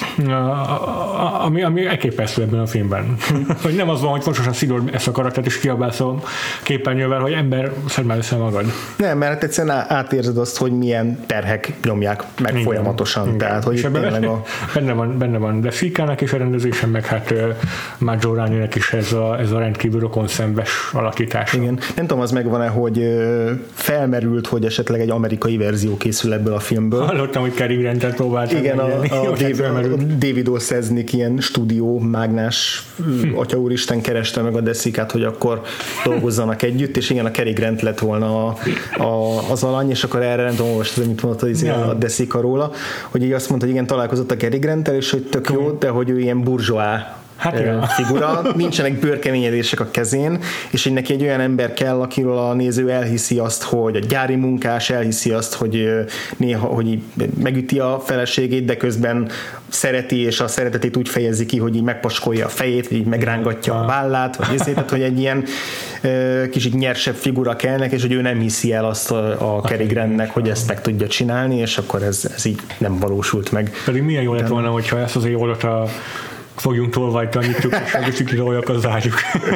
ami elképesztő ebben a filmben. Hogy nem az van, hogy fontosan szidod ezt a karaktert, és kiabálsz a képernyővel, hogy ember, szedd már össze magad. Nem, mert egyszerűen átérzed azt, hogy milyen terhek nyomják meg folyamatosan. Igen. Tehát, hogy benne van De Sicának is a rendezésen, meg hát Maggioraninek is ez a rendkívül rokonszenves alakítás. Igen. Nem tudom, az megvan-e, hogy felmerült, hogy esetleg egy amerikai verzió készül ebből a filmből. Hallottam, hogy Cary Grant-et próbáltam. Igen, a David O. Selznick ilyen stúdió mágnás atya úristen kereste meg a De Sicát, hogy akkor dolgozzanak együtt, és igen, a Cary Grant lett volna az alany, és akkor erre nem tudom, olvastad, amit mondott a De Sica róla, hogy így azt mondta, hogy igen, találkozott a Cary Grant-tel, és hogy tök jó, de hogy ő ilyen burzsóá figura, nincsenek bőrkeményedések a kezén, és hogy neki egy olyan ember kell, akiről a néző elhiszi azt, hogy a gyári munkás, elhiszi azt, hogy néha hogy megüti a feleségét, de közben szereti, és a szeretetét úgy fejezi ki, hogy így megpaskolja a fejét, vagy így megrángatja a vállát, vagy ezért, tehát, hogy egy ilyen kicsit nyersebb figura kellnek, és hogy ő nem hiszi el azt a Cary Grantnek, hogy ezt meg tudja csinálni, és akkor ez így nem valósult meg. Pedig milyen jó lett volna, hogyha ezt az évodat fogjunk tolvajtal, nyitjuk, és a bicikliroljak, az zárjuk.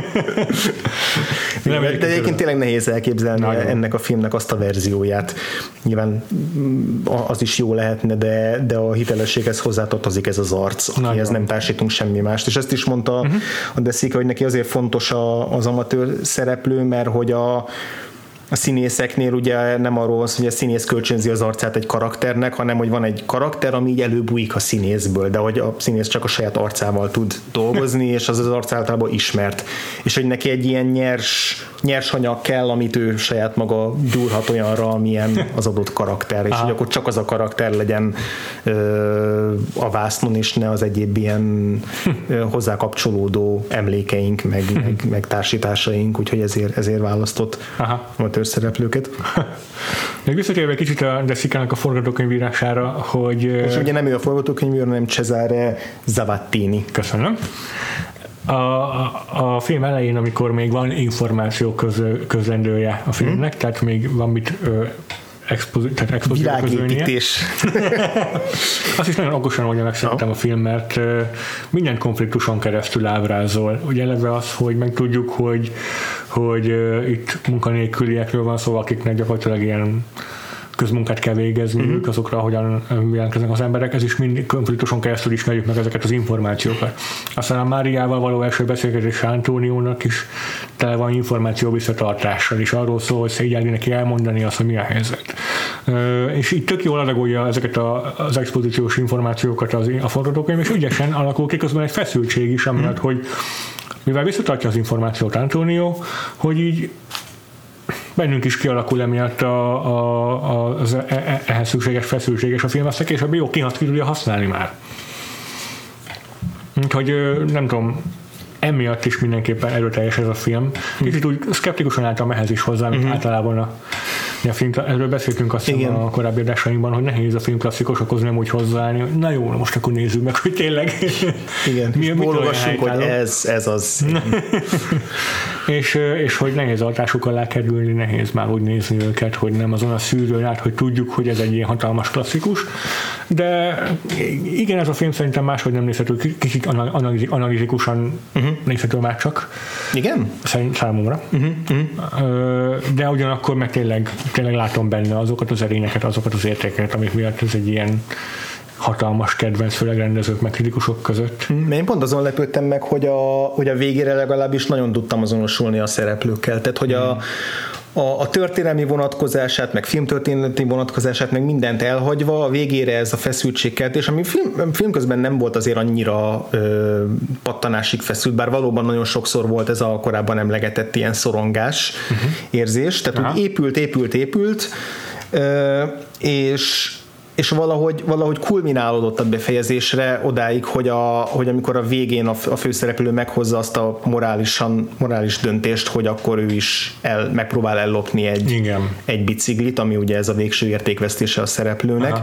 De egyébként tényleg nehéz elképzelni ennek a filmnek azt a verzióját. Nyilván az is jó lehetne, de a hitelességhez hozzátartozik ez az arc, akihez nem társítunk semmi mást. És ezt is mondta a De Sica, hogy neki azért fontos az amatőr szereplő, mert hogy a színészeknél ugye nem arról van, hogy a színész kölcsönzi az arcát egy karakternek, hanem hogy van egy karakter, ami így előbújik a színészből, de hogy a színész csak a saját arcával tud dolgozni, és az arc általában ismert. És hogy neki egy ilyen nyers anyag kell, amit ő saját maga gyúrhat olyanra, amilyen az adott karakter, és hogy akkor csak az a karakter legyen a vásznon, és ne az egyéb ilyen hozzá kapcsolódó emlékeink, meg társításaink, úgyhogy ezért választott szereplőket. Még visszatérve kicsit a De Sicának a forgatókönyvírására, hogy... És ugye nem ő a forgatókönyvíró, hanem Cesare Zavattini. Köszönöm. A film elején, amikor még van információ közlendője a filmnek, tehát még van mit világépítés. Azt is nagyon okosan oldja meg szerintem a film, mert minden konfliktuson keresztül ábrázol. Ugye eleve az, hogy megtudjuk, hogy itt munkanélküliekről van szó, akiknek gyakorlatilag ilyen közmunkát kell végezniük, azokra, hogyan jelentkeznek az emberek, ez is mindig konfliktuson keresztül ismerjük meg ezeket az információkat. Aztán a Máriával való első beszélgetés Antóniónak is tele van információ visszatartással, és arról szól, hogy szégyelni neki elmondani azt, hogy mi a helyzet. És így tök jól adagolja ezeket az expozíciós információkat a forgatókönyv, és ügyesen alakul ki közben egy feszültség is, amiatt, hogy mivel visszatartja az információt Antónió, hogy így bennünk is kialakul emiatt az ehhez szükséges feszültség, és a film azt később jó tudja használni már. Úgyhogy nem tudom, emiatt is mindenképpen erőteljes ez a film. Kicsit úgy szkeptikusan álltam ehhez is hozzá, mint általában a film, erről beszéltünk azt hiszem a korábbi adásainkban, hogy nehéz a filmklasszikusokhoz nem úgy hozzáállni, hogy na jó, most akkor nézzük meg, hogy tényleg igen, olvassunk, hogy ez az. és hogy nehéz altásuk alá kerülni, nehéz már úgy nézni őket, hogy nem azon a szűrőn át, hogy tudjuk, hogy ez egy ilyen hatalmas klasszikus, de igen, ez a film szerintem máshogy nem nézhető, kicsit analitikusan nézhető már csak. Igen? Számomra. De ugyanakkor meg tényleg látom benne azokat az erényeket, azokat az értékeket, amik miatt ez egy ilyen hatalmas kedvenc, főleg rendezők meg kritikusok között. Én pont azon lepődtem meg, hogy a végére legalábbis nagyon tudtam azonosulni a szereplőkkel. Tehát, hogy a történelmi vonatkozását, meg filmtörténeti vonatkozását, meg mindent elhagyva, a végére ez a feszültségkeltés, ami film közben nem volt azért annyira pattanásig feszült, bár valóban nagyon sokszor volt ez a korábban emlegetett ilyen szorongás érzés, tehát úgy épült, és valahogy kulminálódott a befejezésre odáig, hogy amikor a végén a főszereplő meghozza azt a morális döntést, hogy akkor ő is megpróbál ellopni egy biciklit, ami ugye ez a végső értékvesztése a szereplőnek.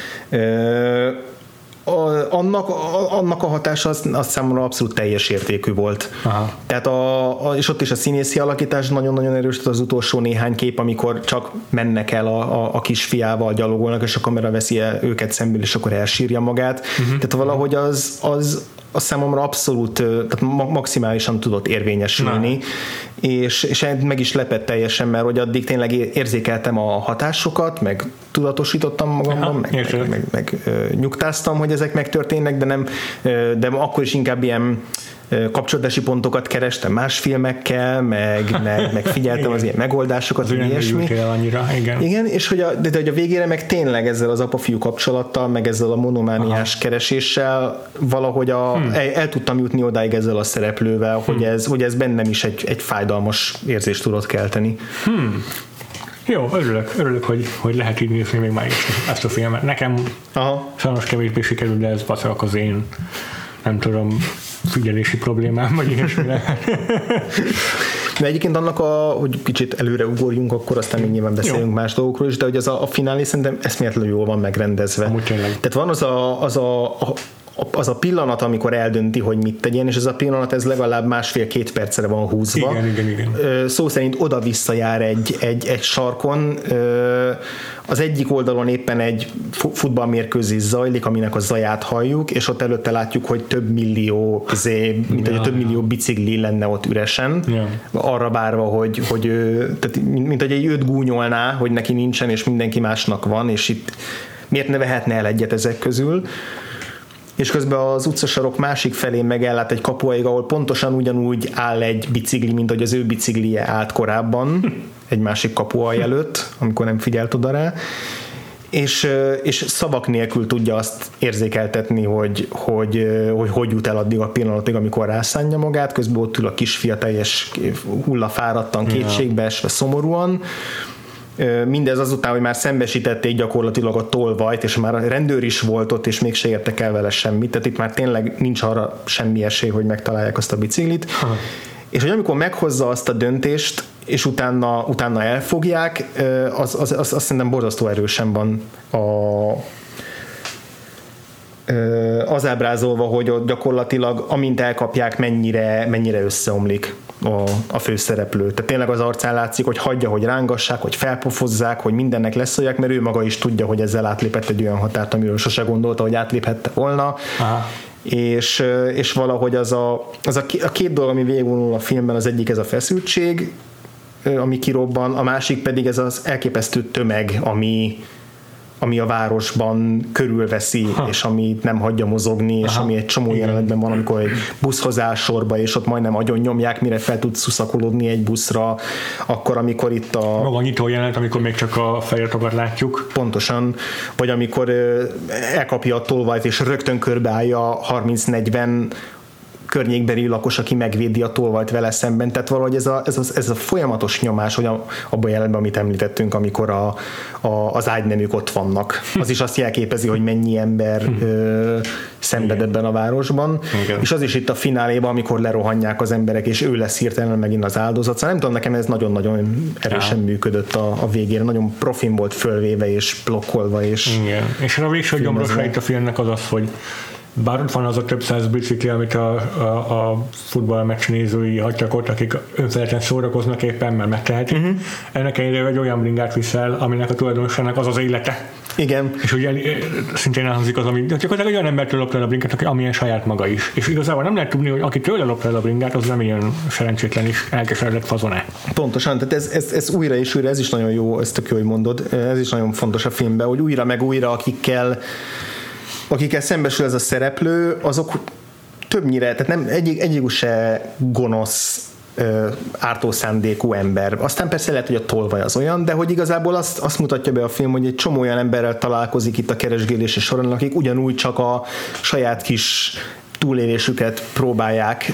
Annak a hatása az számomra abszolút teljes értékű volt. Tehát és ott is a színészi alakítás nagyon-nagyon erős, az utolsó néhány kép, amikor csak mennek el a kisfiával, gyalogolnak, és a kamera veszi őket szemből, és akkor elsírja magát. Tehát valahogy az számomra abszolút, tehát maximálisan tudott érvényesülni, és meg is lepett teljesen, mert hogy addig tényleg érzékeltem a hatásokat, meg tudatosítottam magamban, meg nyugtáztam, hogy ezek megtörténnek, de akkor is inkább ilyen kapcsolódási pontokat kerestem más filmekkel, meg figyeltem az ilyen megoldásokat, vagy ilyesmi. Igen, és hogy a végére meg tényleg ezzel az apa-fiú kapcsolattal, meg ezzel a monomániás kereséssel valahogy el tudtam jutni odáig ezzel a szereplővel, hogy ez bennem is egy fájdalmas érzést tudott kelteni. Jó, örülök, hogy lehet így nézni még már ezt a filmet. Nekem sajnos kevésbé sikerül, de ez baszak az én, nem tudom, figyelési problémám, vagy ilyesmi lehet. De egyébként annak, hogy kicsit előre ugorjunk, akkor aztán még nyilván beszélünk más dolgokról is, de hogy a finálé szerintem eszméletlenül jól van megrendezve. Tehát van az a pillanat, amikor eldönti, hogy mit tegyen, és ez a pillanat ez legalább 1,5-2 percre van húzva. Igen. Szó szerint oda-vissza jár egy sarkon. Az egyik oldalon éppen egy futballmérkőzés zajlik, aminek a zaját halljuk, és ott előtte látjuk, hogy több millió bicikli lenne ott üresen, arra várva, hogy tehát, mint hogy egy őt gúnyolná, hogy neki nincsen, és mindenki másnak van, és itt miért ne vehetne el egyet ezek közül. És közben az utcasarok másik felén megállát egy kapuaig, ahol pontosan ugyanúgy áll egy bicikli, mint hogy az ő biciklije állt korábban egy másik kapuaj előtt, amikor nem figyelt oda rá, és szavak nélkül tudja azt érzékeltetni, hogy jut el addig a pillanatig, amikor rászánja magát, közben ott ül a kisfia teljes hullafáradtan, kétségbeesve, szomorúan. Mindez azután, hogy már szembesítették gyakorlatilag a tolvajt, és már a rendőr is volt ott, és mégse értek el vele semmit, tehát itt már tényleg nincs arra semmi esély, hogy megtalálják azt a biciklit. És hogy amikor meghozza azt a döntést, és utána elfogják, az szerintem borzasztó erősen van az ábrázolva, hogy ott gyakorlatilag amint elkapják, mennyire összeomlik a főszereplő. Tehát tényleg az arcán látszik, hogy hagyja, hogy rángassák, hogy felpofozzák, hogy mindennek leszólják, mert ő maga is tudja, hogy ezzel átlépett egy olyan határt, amiről sose gondolta, hogy átléphette volna. És valahogy az a két dolog, ami végigvonul a filmben, az egyik ez a feszültség, ami kirobban, a másik pedig ez az elképesztő tömeg, ami a városban körülveszi, és amit nem hagyja mozogni, és ami egy csomó jelenetben van, amikor egy buszhoz áll sorba, és ott majdnem agyon nyomják, mire fel tud szuszakolódni egy buszra, akkor amikor itt a... Maga a nyitó jelenet, amikor még csak a fejiratokat látjuk. Pontosan, vagy amikor elkapja a tolvajt, és rögtön körbeállja 30-40 környékbeli lakos, aki megvédi a tolvajt vele szemben. Tehát valahogy ez a folyamatos nyomás, hogy abban a jelenben, amit említettünk, amikor az ágyneműk ott vannak. Az is azt jelképezi, hogy mennyi ember szenved ebben a városban. Igen. És az is itt a fináléban, amikor lerohanják az emberek, és ő lesz hirtelen megint az áldozat. Szóval nem tudom, nekem ez nagyon-nagyon erősen működött a végére. Nagyon profin volt fölvéve és blokkolva. És a végső gyomrosa itt a filmnek az, hogy bár ott van az a több száz bicikli, amit a futballmeccs nézői hagytak ott, akik önfeledten szórakoznak éppen, mert megtehetik. Ennek ellenére egy olyan bringát viszel, aminek a tulajdonosának az az élete. Igen. És ugye szintén elhangzik az, ami csak egy olyan embertől lopta el a bringát, amilyen saját maga is. És igazából nem lehet tudni, hogy aki tőle lopta el a bringát, az nem ilyen szerencsétlen is elkeseredett fazone. Pontosan, tehát ez újra és újra, ez is nagyon jó, ezt tök jó, hogy mondod, ez is nagyon fontos a filmben, hogy újra meg újra, akikkel szembesül ez a szereplő, azok többnyire, tehát nem egyikük se gonosz, ártó szándékú ember. Aztán persze lehet, hogy a tolvaj az olyan, de hogy igazából azt mutatja be a film, hogy egy csomó olyan emberrel találkozik itt a keresgélési során, akik ugyanúgy csak a saját kis túlélésüket próbálják,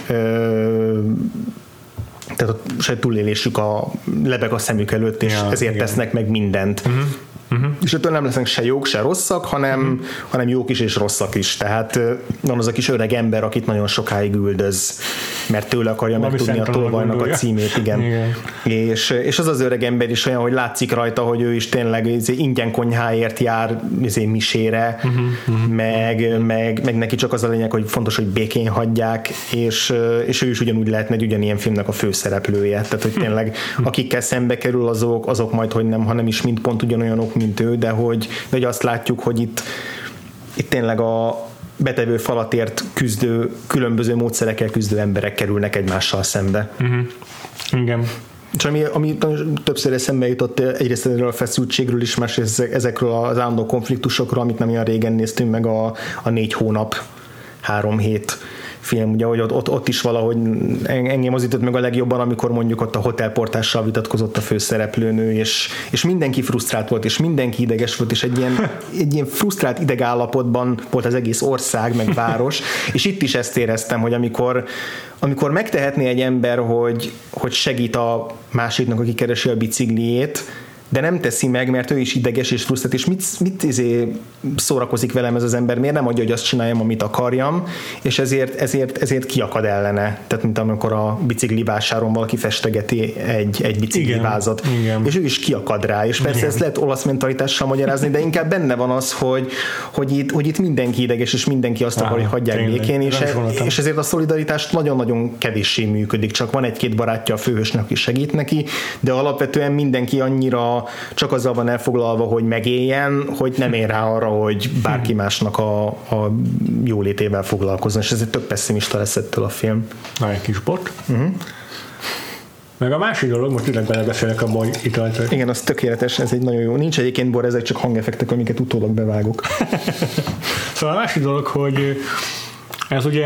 tehát a saját túlélésük lebeg a szemük előtt, és ezért tesznek meg mindent. És ettől nem lesznek se jók, se rosszak, hanem jók is és rosszak is. Tehát van az a kis öreg ember, akit nagyon sokáig üldöz, mert tőle akarja megtudni a tolvajnak a címét. Igen. És az öreg ember is olyan, hogy látszik rajta, hogy ő is tényleg ingyen konyháért jár misére, meg neki csak az a lényeg, hogy fontos, hogy békén hagyják, és ő is ugyanúgy lehetne egy ugyanilyen filmnek a főszereplője. Tehát, hogy tényleg akikkel szembe kerül, azok majd, hogy nem, hanem is mind pont ugyanolyanok, mint ő, de hogy azt látjuk, hogy itt tényleg a betevő falatért küzdő, különböző módszerekkel küzdő emberek kerülnek egymással szembe. Igen. És ami többször eszembe jutott egyrészt erről a feszültségről is, másrészt ezekről az állandó konfliktusokról, amit nem olyan régen néztünk meg a 4 hónap, 3 hét film, ugye, hogy ott is valahogy engem az ütött meg a legjobban, amikor mondjuk ott a hotelportással vitatkozott a főszereplőnő, és mindenki frusztrált volt, és mindenki ideges volt, és egy ilyen frusztrált idegállapotban volt az egész ország, meg város, és itt is ezt éreztem, hogy amikor megtehetné egy ember, hogy segít a másiknak, aki keresi a bicikliét, de nem teszi meg, mert ő is ideges és frusztrált, és mit szórakozik velem ez az ember, miért nem adja, hogy azt csináljam, amit akarjam, és ezért kiakad ellene. Tehát, mint amikor a bicikli vásáron valaki festegeti egy biciklivázat, és ő is kiakad rá, és persze ezt lehet olasz mentalitással magyarázni, de inkább benne van az, hogy itt mindenki ideges, és mindenki azt akar, hogy hagyják békén, és ezért a szolidaritást nagyon-nagyon kevéssé működik, csak van egy-két barátja a főhősnek, aki segít neki, de alapvetően mindenki annyira csak azzal van elfoglalva, hogy megéljen, hogy nem ér rá arra, hogy bárki másnak a jólétével foglalkozzon, és ez egy tök pessimista lesz ettől a film. Na, egy kis bot. Meg a másik dolog, most tényleg belebeszélek abban, hogy italt. Igen, az tökéletes, ez egy nagyon jó. Nincs egyébként bor, ezek csak hangeffektek, amiket utólag bevágok. Szóval a másik dolog, hogy ez ugye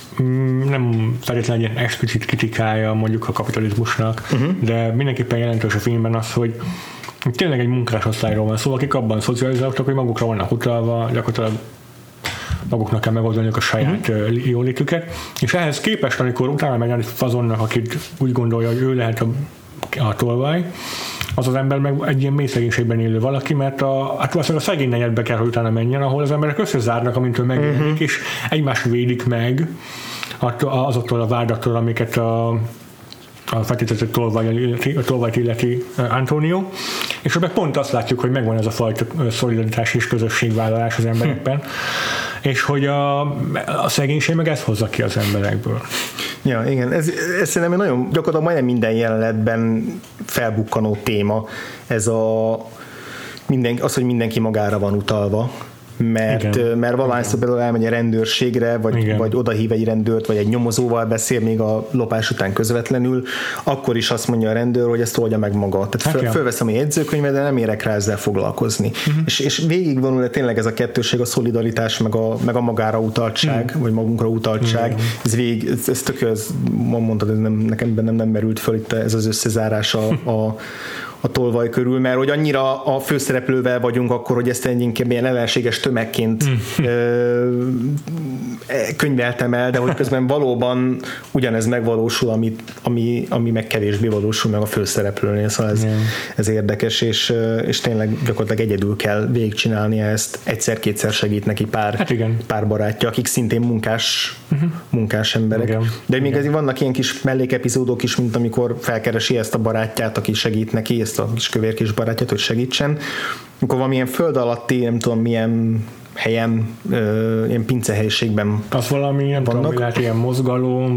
nem feltétlenül egy explicit kritikája mondjuk a kapitalizmusnak, de mindenképpen jelentős a filmben az, hogy tényleg egy munkásosztályról van szó, akik abban szocializáltak, hogy magukra vannak utalva, gyakorlatilag maguknak kell megoldaniuk a saját jólétüket, és ehhez képest, amikor utána megy egy fazonnak, akit úgy gondolja, hogy ő lehet a tolvaj, az ember meg egy ilyen mély szegénységben élő valaki, mert valószínűleg a szegény negyedbe kell, hogy utána menjen, ahol az emberek összezárnak, amintől megjelenik, és egymást védik meg azoktól a vádaktól, amiket a feltétlenül tolvajt illeti Antonio, és meg pont azt látjuk, hogy megvan ez a fajta szolidaritás és közösségvállalás az emberekben, és hogy a szegénység meg ezt hozza ki az emberekből. Ja, igen, ez szerintem nagyon gyakorlatilag majdnem minden jelenetben felbukkanó téma, ez az, hogy mindenki magára van utalva, mert valahányszor például elmegy a rendőrségre, vagy odahív egy rendőrt, vagy egy nyomozóval beszél még a lopás után közvetlenül, akkor is azt mondja a rendőr, hogy ezt oldja meg maga. Tehát fölveszem a jegyzőkönyvet, de nem érek rá ezzel foglalkozni. És végigvonul tényleg ez a kettőség, a szolidaritás, meg a magára utaltság, vagy magunkra utaltság. Ez tök, mondtad, ez nekem nem merült föl itt ez az összezárás a tolvaj körül, mert hogy annyira a főszereplővel vagyunk akkor, hogy ezt inkább ilyen ellenséges tömegként könyveltem el, de hogy közben valóban ugyanez megvalósul, ami meg kevésbé valósul meg a főszereplőnél, szóval ez érdekes, és tényleg gyakorlatilag egyedül kell végigcsinálnia ezt, egyszer-kétszer segít neki pár barátja, akik szintén munkás emberek. De még vannak ilyen kis mellékepizódok is, mint amikor felkeresi ezt a barátját, aki segít neki, ezt a kis kövér kis barátját, hogy segítsen. Amikor valamilyen föld alatti, nem tudom milyen helyen, ilyen pincehelyiségben az valami, nem tudom, lehet ilyen mozgalom,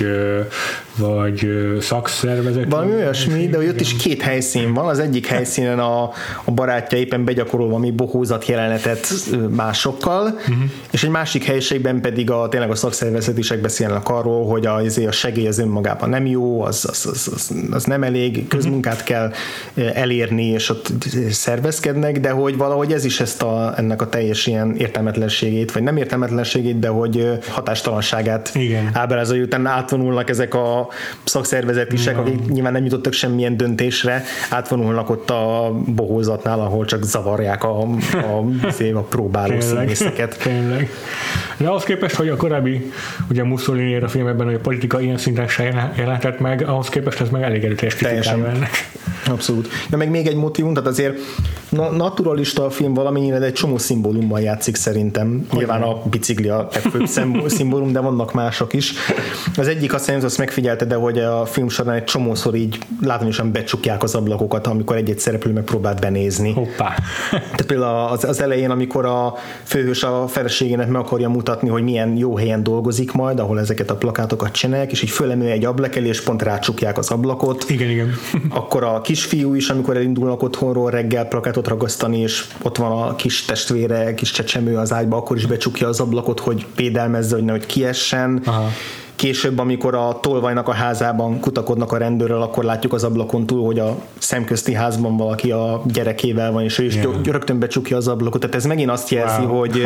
vagy szakszervezet. Valami olyasmi, de ott is két helyszín van. Az egyik helyszínen a barátja éppen begyakorol valami bohózat jelenetet másokkal, és egy másik helyiségben pedig tényleg a szakszervezetisek beszélnek arról, hogy a segély az önmagában nem jó, az nem elég, közmunkát kell elérni, és ott szervezkednek, de hogy valahogy ez is ennek a teljes ilyen értelmetlenségét, vagy nem értelmetlenségét, de hogy hatástalanságát ábrázolja, utána átvonulnak ezek a szakszervezetisek, akik nyilván nem jutottak semmilyen döntésre, átvonulnak ott a bohózatnál, ahol csak zavarják a próbáló színészeket. Tényleg. De ahhoz képest, hogy a korábbi ugye Mussolini a filmben, hogy a politika ilyen szinten se jelentett meg, ahhoz képest ez meg elég erőteljes kritikája ennek. Abszolút. De meg még egy motívum, tehát azért naturalista a film valamennyire, de egy csomó szimbólummal játszik szerintem. Nyilván a bicikli a legfőbb szimbólum, de vannak mások is. Az egyik azt szerintem, azt megfigyelte, de hogy a film során egy csomószor így látványosan becsukják az ablakokat, amikor egy-egy szereplő megpróbált benézni. Hoppá. Tehát például az elején, amikor a főhős a feleségének meg akarja mutatni, hogy milyen jó helyen dolgozik majd, ahol ezeket a plakátokat csinálják, és így fölemel egy ablak elé, és pont rácsukják az ablakot. Igen. Akkor a kisfiú is, amikor elindulnak otthonról reggel plakátot ragasztani, és ott van a kis testvére, kis csecsemő az ágyba, akkor is becsukja az ablakot, hogy védelmezze, hogy nehogy kiessen. Aha. Később, amikor a tolvajnak a házában kutakodnak a rendőrrel, akkor látjuk az ablakon túl, hogy a szemközti házban valaki a gyerekével van, és ő is rögtön becsukja az ablakot. Tehát ez megint azt jelzi,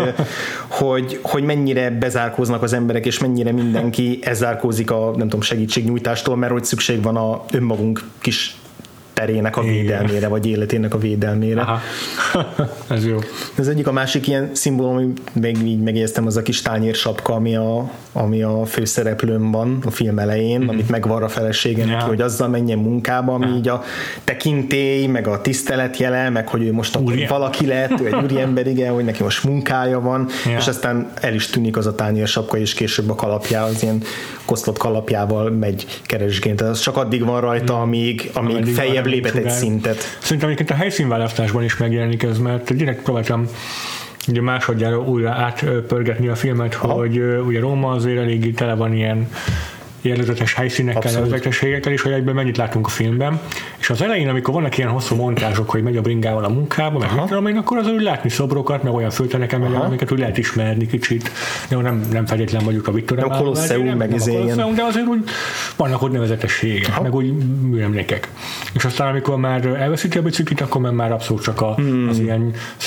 hogy mennyire bezárkóznak az emberek, és mennyire mindenki elzárkózik a nem tudom, segítségnyújtástól, mert hogy szükség van a önmagunk kis terének a védelmére, vagy életének a védelmére. Aha. Ez jó. Az egyik, a másik ilyen szimbólum, ami még így megjegyeztem, az a kis tányérsapka, ami a főszereplőn van a film elején, amit megvarra a felesége, hogy azzal menjen munkába, ami így a tekintély, meg a tisztelet jele, meg hogy ő most valaki lett, ő egy úriember, igen, hogy neki most munkája van, és aztán el is tűnik az a tányérsapka, és később a kalapja, az ilyen koszlott kalapjával megy keresgényt. Tehát az csak addig van rajta, amíg feljebb lépett egy szintet. Szerintem egyébként a helyszínválasztásban is megjelenik ez, mert direkt próbáltam ugye másodjára újra átpörgetni a filmet, hogy ugye Róma azért eléggé tele van ilyen jellegzetes helyszínekkel, nevezetességekkel is, hogy egyben mennyit látunk a filmben. És az elején, amikor vannak ilyen hosszú montázsok, hogy megy a bringával a munkába, meg mit tudom én, akkor az úgy látni szobrokat, meg olyan fölteneken megy, amiket úgy lehet ismerni kicsit. De nem feltétlen mondjuk a Viktor Emmánuel. Nem Kolosseum, meg de azért úgy vannak ott nevezetességek, meg úgy műemlékek. És aztán, amikor már elveszíti a biciklit, akkor már abszolút csak az ilyen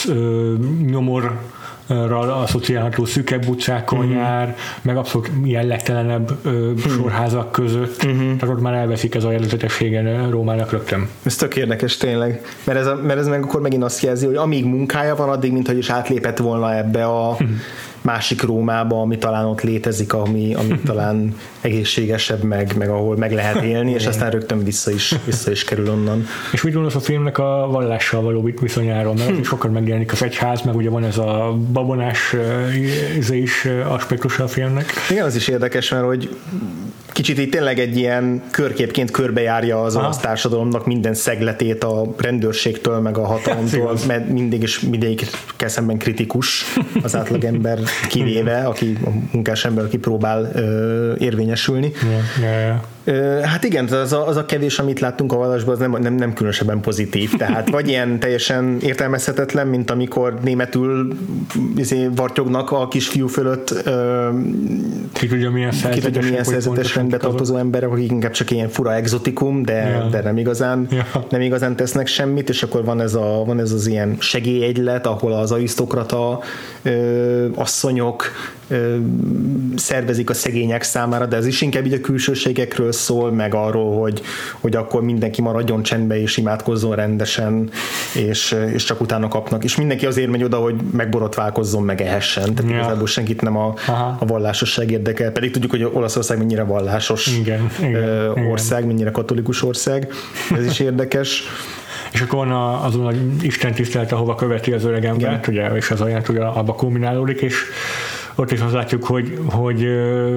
nyomor asszociálható szűkebb utcákon jár, meg abszolút jellegtelenebb sorházak között, tehát ott már elveszik ez a jellegzetességen Rómának rögtön. Ez tök érdekes tényleg, mert ez meg akkor megint azt jelzi, hogy amíg munkája van, addig minthogy is átlépett volna ebbe a másik Rómába, ami talán ott létezik, ami talán egészségesebb, meg ahol meg lehet élni, és aztán rögtön vissza is kerül onnan. És mit gondolsz a filmnek a vallással való viszonyáról? Mert sokat megjelenik az egyház, meg ugye van ez a babonás is aspektusa a filmnek. Igen, az is érdekes, mert hogy kicsit így tényleg egy ilyen körképként körbejárja az olasz társadalomnak minden szegletét a rendőrségtől, meg a hatalomtól, mert mindegyik szemben kritikus az átlagember kivéve, aki a munkás ember, aki próbál érvényesülni. Hát igen, az a kevés, amit láttunk a vallásban, az nem különösebben pozitív. Tehát vagy ilyen teljesen értelmezhetetlen, mint amikor németül vartyognak a kisfiú fölött ki tudja milyen szerzetes rendbe tartozó emberek, akik inkább csak ilyen fura exotikum, de nem igazán tesznek semmit, és akkor van ez az ilyen segélyegylet, ahol az arisztokrata asszonyok szervezik a szegények számára, de ez is inkább így a külsőségekről szól, meg arról, hogy akkor mindenki maradjon csendbe és imádkozzon rendesen, és csak utána kapnak. És mindenki azért megy oda, hogy megborotválkozzon, meg ehessen. Tehát igazából senkit nem a vallásosság érdekel. Pedig tudjuk, hogy Olaszország mennyire vallásos ország, mennyire katolikus ország. Ez is érdekes. És akkor van azon az Isten tisztelet, ahova követi az öreg embert, ugye, és az ajánlat ugye abba kulminálódik, és ott is azt látjuk, hogy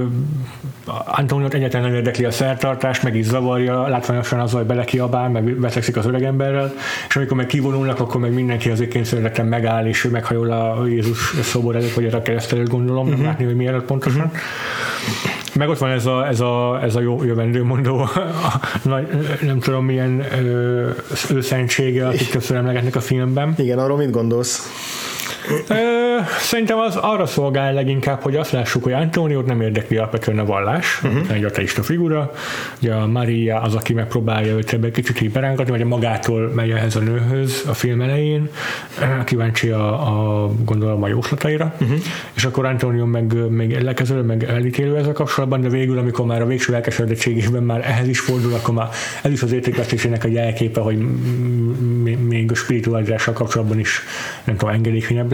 Antoniót egyáltalán nem érdekli a szertartás, meg is zavarja, látványosan azzal, hogy belekiabál, meg veszekszik az öreg emberrel, és amikor meg kivonulnak, akkor meg mindenki azért kényszerületen megáll, és ő meghajol a Jézus szobor előtt, vagy a kereszt előtt, gondolom, nem látni, hogy mi előtt pontosan. Meg ott van ez a jó jövendőmondó, nem tudom milyen őszentsége, akik többször emlegetnek a filmben. Igen, arról mit gondolsz? Szerintem az arra szolgál leginkább, hogy azt lássuk, hogy Antoniót nem érdekli alapvetően a vallás, egy ateista figura, ugye a Maria az, aki megpróbálja őt ebben kicsit így berángatni, vagy magától megy ehhez a nőhöz a film elején, kíváncsi gondolom a jóslataira, és akkor Antonió meg még ellenkező, meg elítélő ezzel kapcsolatban, de végül, amikor már a végső lelkesedettségében már ehhez is fordul, akkor már ez is az értékvesztésének a jelképe, hogy még a spiritualitással kapcsolatban is nem tudom, engedékenyebb lesz.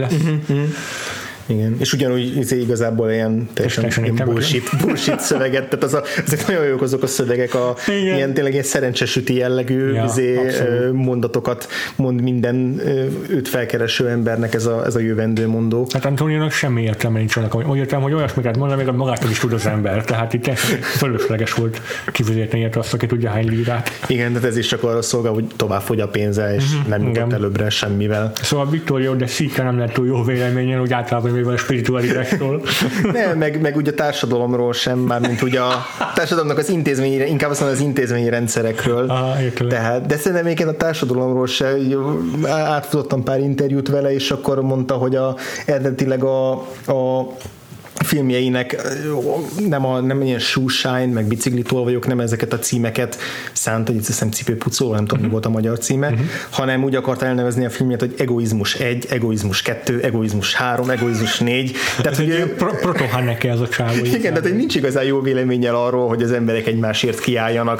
Igen, és ugyanúgy igazából ilyen teljesen bullshit szöveget, tehát ezek nagyon jók azok a szövegek, ilyen tényleg ilyen szerencsesüti jellegű mondatokat mond minden őt felkereső embernek ez a jövendőmondó. Hát Antoniónak semmi értelme nincs annak, hogy értem, hogy olyasmiket mondani, még magától is tud az ember, tehát itt fölösleges volt kifizetni ilyet azt, aki tudja hány lírát. Igen, de ez is csak arra szolgál, hogy tovább fogy a pénze, és nem jutott előbbre semmivel. Szóval Victoria de Sica nem lett túl jó véleményen, úgy általában mivel a spiritualitásról. Nem, meg ugye a társadalomról sem, mármint ugye a társadalomnak az intézményi, inkább azt mondom az intézményi rendszerekről. Tehát, de szerintem egyébként a társadalomról sem, átfutottam pár interjút vele, és akkor mondta, hogy eredetileg a filmjeinek nem ilyen shoeshine, meg biciklitól vagyok, nem ezeket a címeket szánt, hogy hiszem cipőpucoló, nem tudom, mi volt a magyar címe, hanem úgy akart elnevezni a filmjét, hogy egoizmus 1, egoizmus 2, egoizmus 3, egoizmus 4. Tehát, hogy proto-Haneke az a csávó. Igen, tehát hogy nincs igazán jó véleménnyel arról, hogy az emberek egymásért kiálljanak,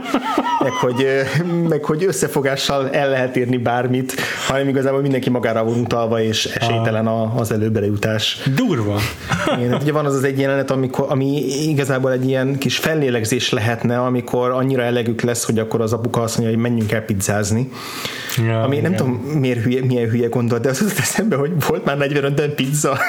meg hogy összefogással el lehet érni bármit, hanem igazából mindenki magára van utalva, és esélytelen az előbbrejutás. Durva! Igen, ugye van az egy jelenet, ami igazából egy ilyen kis fellélegzés lehetne, amikor annyira elegük lesz, hogy akkor az apuka azt mondja, hogy menjünk el pizzázni. Ja, ami nem tudom, milyen hülye gondolat, de az az eszembe, hogy volt már 45-ben pizza.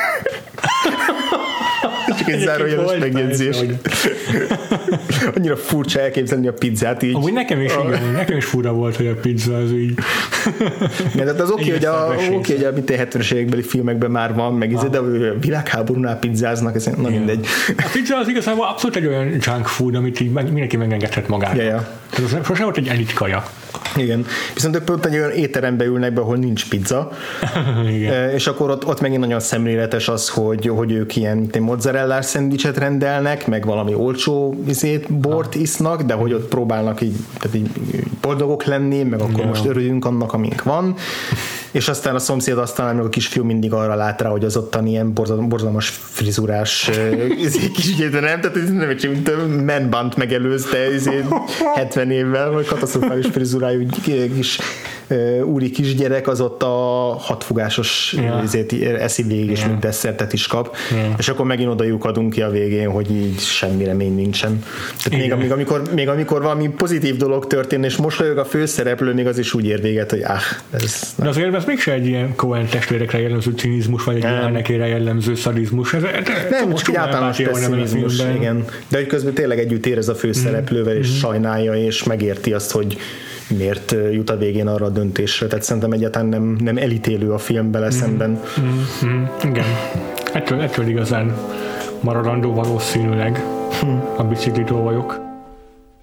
Csak egy zárójeles megjegyzés. Annyira furcsa elképzelni a pizzát így. Amúgy nekem is fura volt, hogy a pizza az így. Ja, tehát az oké, hogy a 70-es évekbeli filmekben már van, meg de a világháborúnál pizzáznak, ez mindegy. A pizza az igazából abszolút egy olyan junk food, amit így mindenki megengedhet magának. Ja. Tehát sosem volt egy elitkaja. Igen. Viszont ők pont egy olyan étterembe ülnek be, ahol nincs pizza. És akkor ott megint nagyon szemléletes az, hogy ők ilyen mozzarellás szendvicset rendelnek, meg valami olcsó bort isznak, de hogy ott próbálnak így boldogok lenni, meg akkor most örüljünk annak, amink van. És aztán a szomszéd asztalnál meg a kisfiú mindig arra lát rá, hogy az ottan ilyen borzalmas frizurás kisügyét, nem? Tehát ez nem egy Man Bun megelőzte 70 évvel, vagy katasztrofális frizurájú kis úri kisgyerek, az ott a hatfogásos eszi végig, és mint desszertet is kap. És akkor megint oda lyukadunk ki a végén, hogy így semmi remény nincsen. Tehát még amikor valami pozitív dolog történ, és mosolyog a főszereplő, még az is úgy ér véget, hogy ez... De azért ez mégsem egy ilyen Coen testvérekre jellemző cinizmus, vagy egy Haneke-re jellemző szadizmus. Nem, csak egy általános pessimizmus, igen. De hogy közben tényleg együtt érez a főszereplővel, és sajnálja, és megérti azt, hogy miért jut a végén arra a döntésre. Tehát szerintem egyáltalán nem elítélő a film vele szemben. Igen. Ettől igazán maradandó valószínűleg a biciklitól vagyok.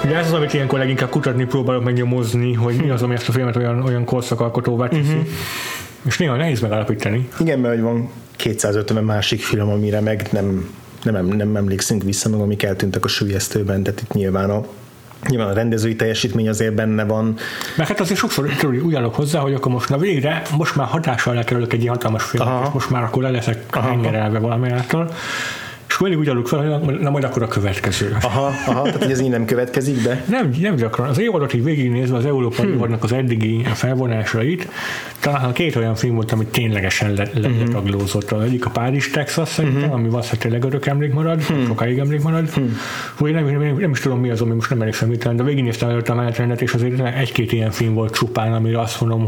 Ugye ez az, amit ilyenkor leginkább kutatni próbálok megnyomozni, hogy mi az, ami ezt a filmet olyan korszakalkotóvá teszi. És néha nehéz megállapítani. Igen, mert van 250 másik film, amire meg nem emlékszünk vissza, meg amik eltűntek a süllyesztőben, tehát itt nyilván a rendezői teljesítmény azért benne van. Mert hát azért sokszor úgy állok hozzá, hogy akkor most végre, most már hatással lekerülök egy ilyen hatalmas filmet, és most már akkor le leszek hengerelve valamelyától. És mindig úgy állok fel, hogy na majd akkor a következő. Tehát hogy ez így nem következik be? Nem gyakran. Az évadot így végignézve az európai évadnak az eddigi felvonásait, talán 2 olyan film volt, ami ténylegesen letaglózott. Az egyik a Párizs, Texas szerintem, ami valószínűleg tényleg örök emlék marad, sokáig emlék marad. Vagy nem is tudom mi az, ami most nem emlékszem mit, de végignéztem előtt a menetrendet, és azért 1-2 ilyen film volt csupán, amire azt mondom,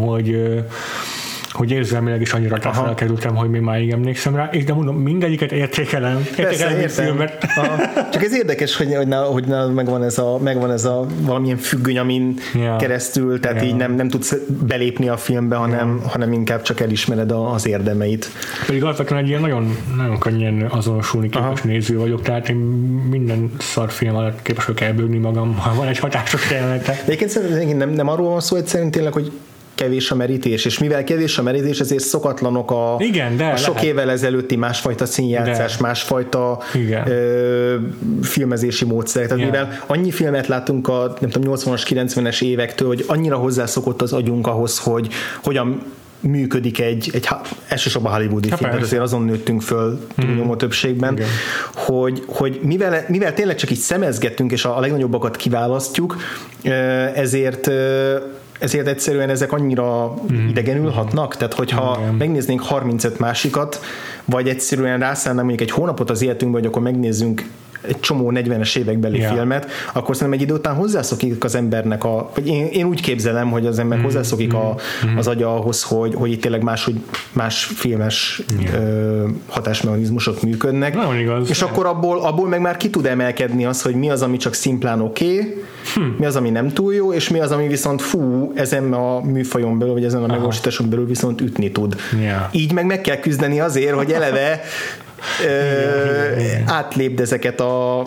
hogy érzelmileg is annyira távol kerültem, hogy még máig emlékszem rá, és de mondom, mindegyiket értékelem filmet. Csak ez érdekes, hogy megvan ez a valamilyen függöny, amin keresztül, tehát így nem tudsz belépni a filmbe, hanem inkább csak elismered az érdemeit. Pedig alapvetően egy ilyen nagyon, nagyon könnyen azonosulni képes néző vagyok, tehát én minden szar film alatt képes vagyok elbőgni magam, ha van egy hatásos jelenete. De egyébként nem arról van szó egyszerűen tényleg, hogy kevés a merítés, és mivel kevés a merítés, ezért szokatlanok a sok évvel ezelőtti másfajta színjátszás, másfajta filmezési módszerek. Tehát mivel annyi filmet látunk a 80-as, 90-es évektől, hogy annyira hozzászokott az agyunk ahhoz, hogy hogyan működik egy elsősorban hollywoodi film, tehát azért azon nőttünk föl túlnyomó többségben, hogy mivel tényleg csak így szemezgetünk, és a legnagyobbakat kiválasztjuk, ezért egyszerűen ezek annyira idegenül hatnak, tehát hogyha megnéznénk 35 másikat, vagy egyszerűen rászállnánk mondjuk egy hónapot az életünkbe, hogy akkor megnézzünk egy csomó 40-es évekbeli filmet, akkor szerintem egy idő után hozzászokik az embernek vagy én úgy képzelem, hogy az ember hozzászokik az agya ahhoz, hogy itt tényleg más filmes hatásmechanizmusok működnek. És akkor abból meg már ki tud emelkedni az, hogy mi az, ami csak szimplán oké, mi az, ami nem túl jó, és mi az, ami viszont ezen a műfajon belül, vagy ezen a megvalósításon belül viszont ütni tud. Így meg kell küzdeni azért, hogy átlépd ezeket a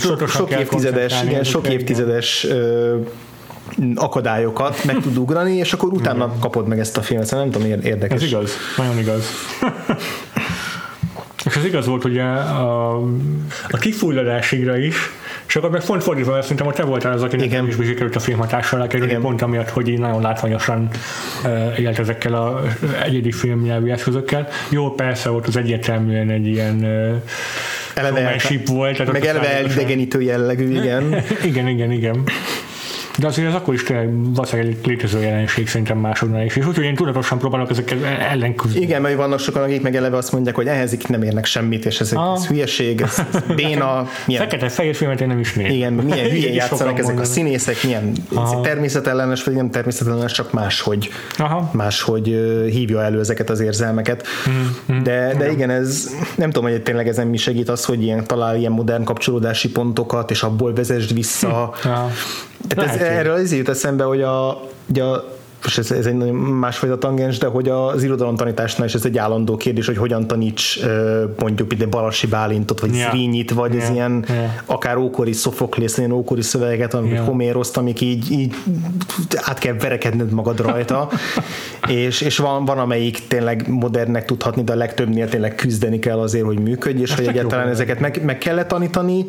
sok évtizedes akadályokat, meg tud ugrani, és akkor utána kapod meg ezt a filmet. Szóval nem tudom, érdekes. Ez igaz, nagyon igaz. És ez igaz volt ugye a kifulladásra is, és akkor meg fordítva, mert szerintem te voltál az, akinek nem is sikerült a film hatással lekerülni, pont amiatt, hogy így nagyon látványosan élt ezekkel az egyedi filmnyelvű eszközökkel. Jó, persze volt az egyértelműen egy ilyen showmanship volt. Meg eleve elidegenítő jellegű, igen. Igen. De azért az akkor is tényleg valószínűleg egy létező jelenség szerintem másodnál is. És úgyhogy én tudatosan próbálok ezekkel ellenküzdeni. Igen, mert vannak sokan, akik meg eleve azt mondják, hogy ehhez itt nem érnek semmit, és ez hülyeség, ez béna. Fekete-fehér filmet én nem is nézem. Igen, milyen hülyén játszanak ezek a színészek, milyen természetellenes, vagy nem természetellenes, csak máshogy hívja elő ezeket az érzelmeket. De igen, ez nem tudom, hogy tényleg ezen mi segít az, hogy talál ilyen modern kapcsolódási pontokat, és abból vezesd vissza. Tehát erről azért jut eszembe, hogy most ez egy másfajta tangens, de hogy az irodalomtanításnál is ez egy állandó kérdés, hogy hogyan taníts mondjuk ide Balassi Bálintot, vagy Zrínit, vagy ez ilyen akár ókori Szofoklészt, ilyen ókori szövegeket, amik Homéroszt, amik így át kell verekedned magad rajta, és van amelyik tényleg modernnek tudhatni, de a legtöbbnél tényleg küzdeni kell azért, hogy működj, és hogy egyáltalán ezeket meg kellett tanítani.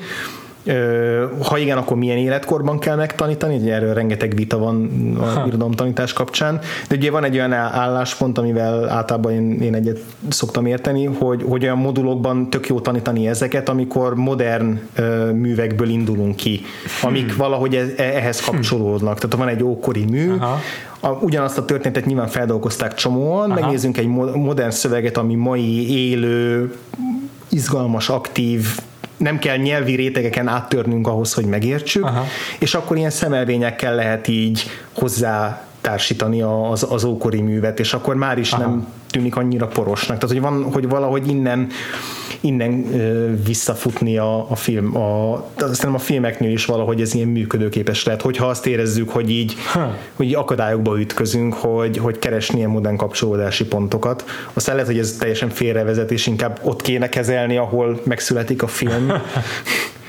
Ha igen, akkor milyen életkorban kell megtanítani, erről rengeteg vita van a irodalomtanítás kapcsán, de ugye van egy olyan álláspont, amivel általában én egyet szoktam érteni, hogy olyan modulokban tök jó tanítani ezeket, amikor modern művekből indulunk ki, amik valahogy ehhez kapcsolódnak. Tehát van egy ókori mű, ugyanazt a történetet nyilván feldolgozták csomóan, megnézzünk egy modern szöveget, ami mai, élő, izgalmas, aktív, nem kell nyelvi rétegeken áttörnünk ahhoz, hogy megértsük, és akkor ilyen szemelvényekkel lehet így hozzá társítani az ókori művet, és akkor már is nem tűnik annyira porosnak. Tehát, hogy valahogy innen visszafutni a film. Aztán a filmeknél is valahogy ez ilyen működőképes lehet, hogyha azt érezzük, hogy így akadályokba ütközünk, hogy keresni ilyen modern kapcsolódási pontokat. Aztán lehet, hogy ez teljesen félrevezet, és inkább ott kéne kezelni, ahol megszületik a film.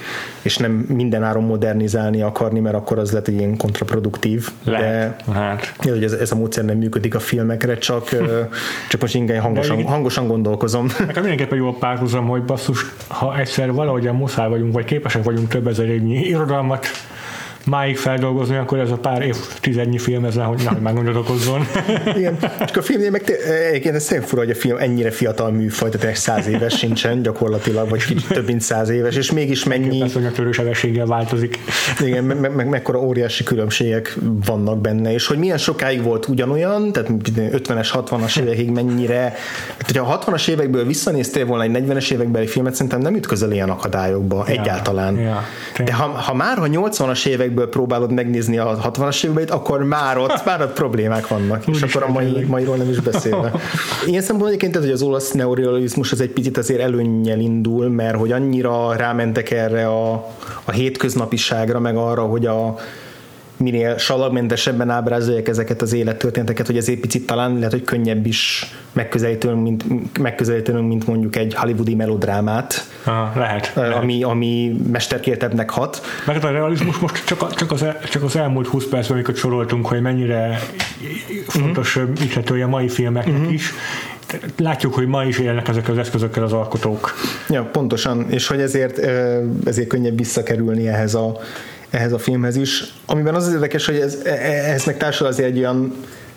és nem mindenáron modernizálni akarni, mert akkor az lehet egy ilyen kontraproduktív. Lehet. De ez a módszer nem működik a filmekre, csak most inkább hangosan gondolkozom. Nekem mindenképpen jó a párhuzam, hogy basszus, ha egyszer valahogyan muszáj vagyunk, vagy képesek vagyunk több ezer évnyi irodalmat máig feldolgozni, akkor ez a pár évtizednyi film, ez nehogy már gondot okozzon. Igen, csak a filmnél meg egyébként ez szép fura, hogy a film ennyire fiatal műfaj, tehát 100 éves sincsen gyakorlatilag, vagy kicsit több mint 100 éves, és mégis mennyi... Persze, hogy a törősebességgel változik. Igen, mekkora óriási különbségek vannak benne, és hogy milyen sokáig volt ugyanolyan, tehát 50-es, 60-as évekig mennyire... Tehát, ha a 60-as évekből visszanéztél volna egy 40-es évekbeli filmet, szerintem nem ütközel ilyen akadályokba egyáltalán. De ha már a 80-as évekből próbálod megnézni a 60-as évekből, akkor már ott problémák vannak, és akkor a mairól nem is beszélve. Ilyen szempontból egyébként, hogy az olasz neorealizmus az egy picit azért előnnyel indul, mert hogy annyira rámentek erre a hétköznapiságra, meg arra, hogy minél salagmentesebben ábrázolják ezeket az élettörténeteket, hogy ezért picit talán lehet, hogy könnyebb is megközelítenünk, mint mondjuk egy hollywoodi melodrámát. Lehet. Ami mesterkértebbnek hat. Mert a realizmus most csak az elmúlt 20 percben, amikor soroltunk, hogy mennyire fontos ihletője a mai filmeknek is, látjuk, hogy ma is élnek ezekkel az eszközökkel az alkotók. Ja, pontosan, és hogy ezért könnyebb visszakerülni ehhez a filmhez is. Amiben az érdekes, hogy ez meg társul azért egy olyan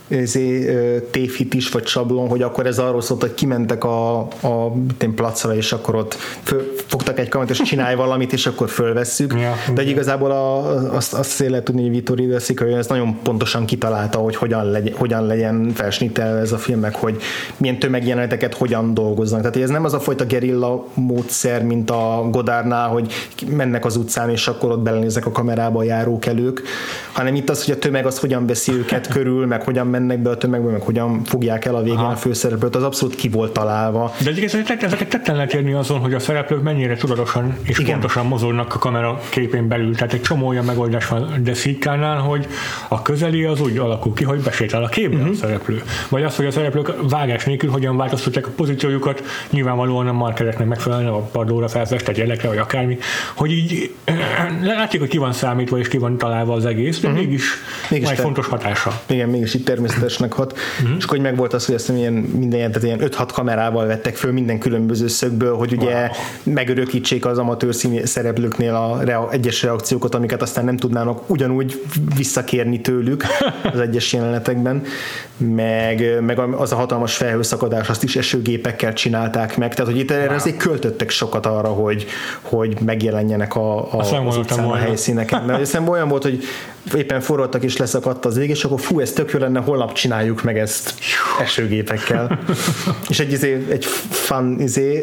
tévhit is, vagy sablon, hogy akkor ez arról szólt, hogy kimentek a placra, és akkor ott fogtak egy kamerát, és csinálj valamit, és akkor fölvesszük. Ja. De igazából azt lehet tudni, hogy Vittorio De Sica ez nagyon pontosan kitalálta, hogy hogyan legyen felsnittelve ez a filmek, hogy milyen tömegjeleneteket hogyan dolgoznak. Tehát ez nem az a fajta gerilla módszer, mint a Godardnál, hogy mennek az utcán, és akkor ott belenéznek a kamerába a járókelők, hanem itt az, hogy a tömeg az hogyan veszi őket körül, meg hogyan mennek be a tömegbe, meg hogyan fogják el a végén a főszereplőt, az abszolút ki volt találva. De egyébként ezeket tetten lehet érni azon, hogy a szereplők mennyire tudatosan és pontosan mozognak a kamera képén belül. Tehát egy csomó olyan megoldás van De Sicánál, hogy a közeli az úgy alakul ki, hogy besétál a képbe a szereplő. Vagy az, hogy a szereplők vágás nélkül hogyan változtatják a pozíciójukat, nyilvánvalóan a markereknek megfelelően, a padlóra felfestett jelekre, vagy akármi, hogy így látjuk, hogy ki van számítva és ki van találva az egész, de mégis van egy fontos hatása. Igen, mégis itt természetesnek hat. És akkor meg volt az, hogy ezt ilyen 5-6 kamerával vettek föl minden különböző szögből, hogy ugye megörökítsék az amatőr szereplőknél egyes reakciókat, amiket aztán nem tudnának ugyanúgy visszakérni tőlük az egyes jelenetekben, meg az a hatalmas felhőszakadás, azt is esőgépekkel csinálták meg, tehát hogy itt erre azért költöttek sokat arra, hogy megjelenjenek az utcán a helyszíneken. Mert aztán olyan volt, hogy éppen forradtak és leszakadt az ég, és akkor ez tök jó lenne, holnap csináljuk meg ezt esőgépekkel. És egy fun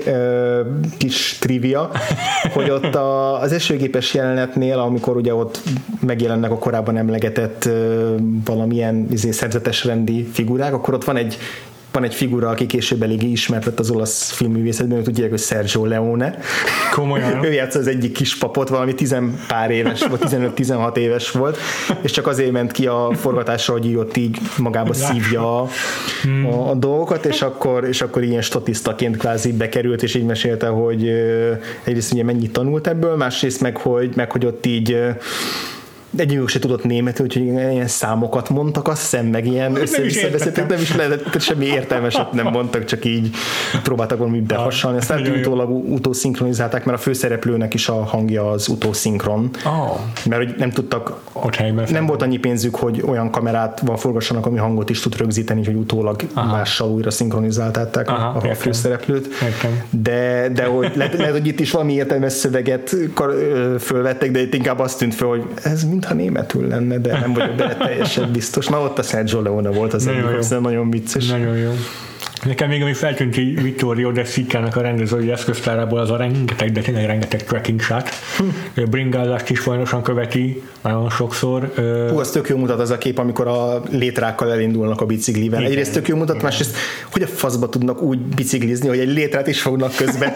kis trivia, hogy ott az esőgépes jelenetnél, amikor ugye ott megjelennek a korábban emlegetett valamilyen szerzetes rendi figurák, akkor ott van egy figura, aki később eléggé ismert lett az olasz filmművészetben, hogy tudják, hogy Sergio Leone. Komolyan. Ő játszott az egyik kispapot, valami 10 pár éves, vagy 15-16 éves volt, és csak azért ment ki a forgatásra, hogy ott így magába szívja a dolgokat, és akkor ilyen statisztaként kvázi bekerült, és így mesélte, hogy egyrészt ugye mennyit tanult ebből, másrészt meg hogy ott így egyikük se tudott németül, úgyhogy ilyen számokat mondtak, azt hiszem, meg ilyen össze-visszabeszéltek, nem is lehetett, semmi értelmeset nem mondtak, csak így próbáltak valami behasonlni. Aztán utólag utószinkronizálták, mert a főszereplőnek is a hangja az utószinkron. Mert hogy nem tudtak, nem volt annyi pénzük, hogy olyan kamerával forgassanak, ami hangot is tud rögzíteni, hogy utólag mással újra szinkronizálták a főszereplőt. De hogy lehet, hogy itt is valami értelmes szöveget fölvettek, de itt inkább azt tűnt fel, hogy ez mintha németül lenne, de nem vagyok bele teljesen biztos. Na ott a Sergio Leone volt az egyik, aztán nagyon vicces. Nagyon jó. Nekem még ami feltűnt Vittorio De Sicának a rendezői eszköztárából az a rengeteg, de tényleg rengeteg tracking shot. Bringázást is folyamatosan követi nagyon sokszor. Az tök jó mutat az a kép, amikor a létrákkal elindulnak a biciklivel. Egyrészt tök jó mutat, másrészt hogy a faszba tudnak úgy biciklizni, hogy egy létrát is fognak közben.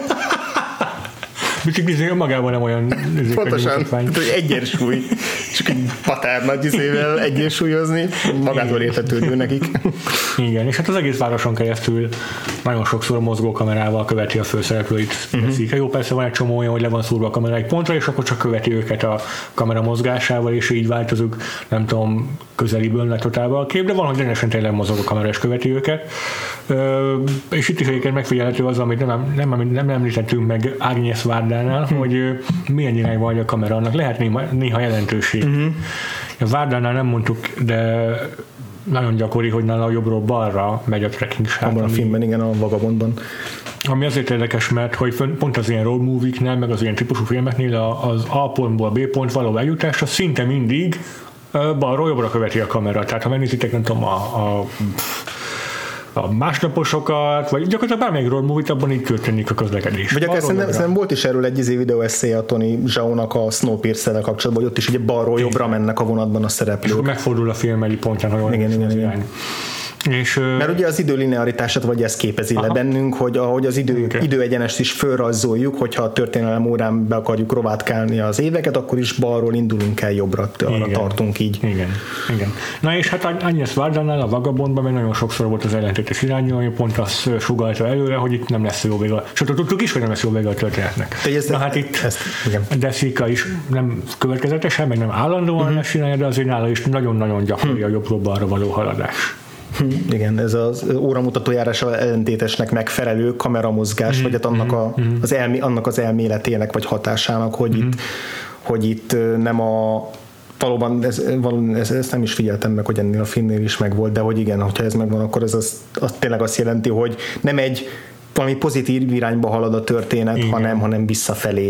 Biciklizni magában nem olyan pontosan, hogy egyensúly, csak egy patár nagy izével egyensúlyozni, magától értetődő nekik. Igen, és hát az egész városon keresztül nagyon sokszor mozgó kamerával követi a főszereplőit. Jó, persze van egy csomó olyan, hogy le van szúrva a kamera egy pontra, és akkor csak követi őket a kamera mozgásával, és így változik, nem tudom, közeliből letotálva a kép, de van, hogy rendesen tényleg mozog a kamera, és követi őket. És itt is egyébként megfigyelhető az, amit nem említettünk meg Agnes Vardánál, hogy milyen irányba vagy a kamera, annak lehet néha jelentőség. A Vardánál nem mondtuk, de nagyon gyakori, hogy nála a jobbról balra megy a tracking sát. Abban a filmben, igen, a Vagabondban. Ami azért érdekes, mert hogy pont az ilyen road movie-knál, meg az ilyen típusú filmeknél az A pontból B pont való eljutásra szinte mindig balról jobbra követi a kamera. Tehát ha megnézitek, nem tudom, a másnaposokat, vagy gyakorlatilag bármelyik road movie-t, abban így történik a közlekedés. Vagy akár szerintem volt is erről egy videó eszély a Tony Zhao-nak a Snowpiercer-rel kapcsolatban, hogy ott is ugye balról jobbra mennek a vonatban a szereplők. És akkor megfordul a film egyik pontján, hogy igen. És, mert ugye az idő linearitását vagy ez képezi le bennünk, hogy ahogy az időegyenest is fölrajzoljuk, hogyha a történelem órán be akarjuk rovátkálni az éveket, akkor is balról indulunk el jobbra, arra tartunk így. Igen. Na és hát Agnes Vardánál a Vagabondban még nagyon sokszor volt az ellentétes irányú, ami pont azt sugallta előre, hogy itt nem lesz jó vége. Sőt, tudtuk is, hogy nem lesz jó vége a történetnek. Na hát itt Desica is nem következetesen, meg nem állandóan csinálja, de azért nála is nagyon-nagyon gyakori a jobbról balra való haladás. Igen, ez az óramutatójárással ellentétesnek megfelelő kameramozgás, vagy hát annak az elméletének, vagy hatásának, hogy itt nem a valóban ezt nem is figyeltem meg, hogy ennél a filmnél is megvolt, de hogy igen, hogyha ez megvan, akkor ez az tényleg azt jelenti, hogy nem egy valami pozitív irányba halad a történet, hanem visszafelé,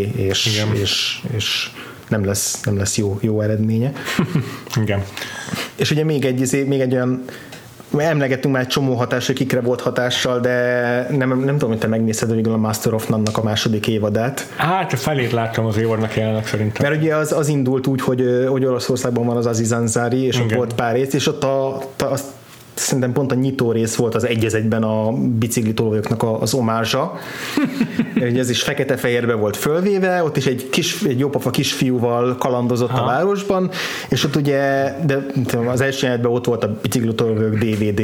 és nem lesz jó eredménye. Igen. És ugye még egy olyan, emlegettünk már egy csomó hatás, hogy kikre volt hatással, de nem tudom, hogy te megnézted végül a Master of None-nak a második évadát. Hát a felét láttam az évadnak jelenleg szerintem. Mert ugye az indult úgy, hogy Oroszországban van az Aziz Ansari, és ott volt pár rész, és ott azt szerintem pont a nyitó rész volt az egyben a biciklitolójoknak az omázsa. Ugye ez is fekete-fehérbe volt fölvéve, ott is egy jópofa kisfiúval kalandozott a városban, és ott ugye, de az első jelenetben ott volt a biciklitolójok DVD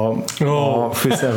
a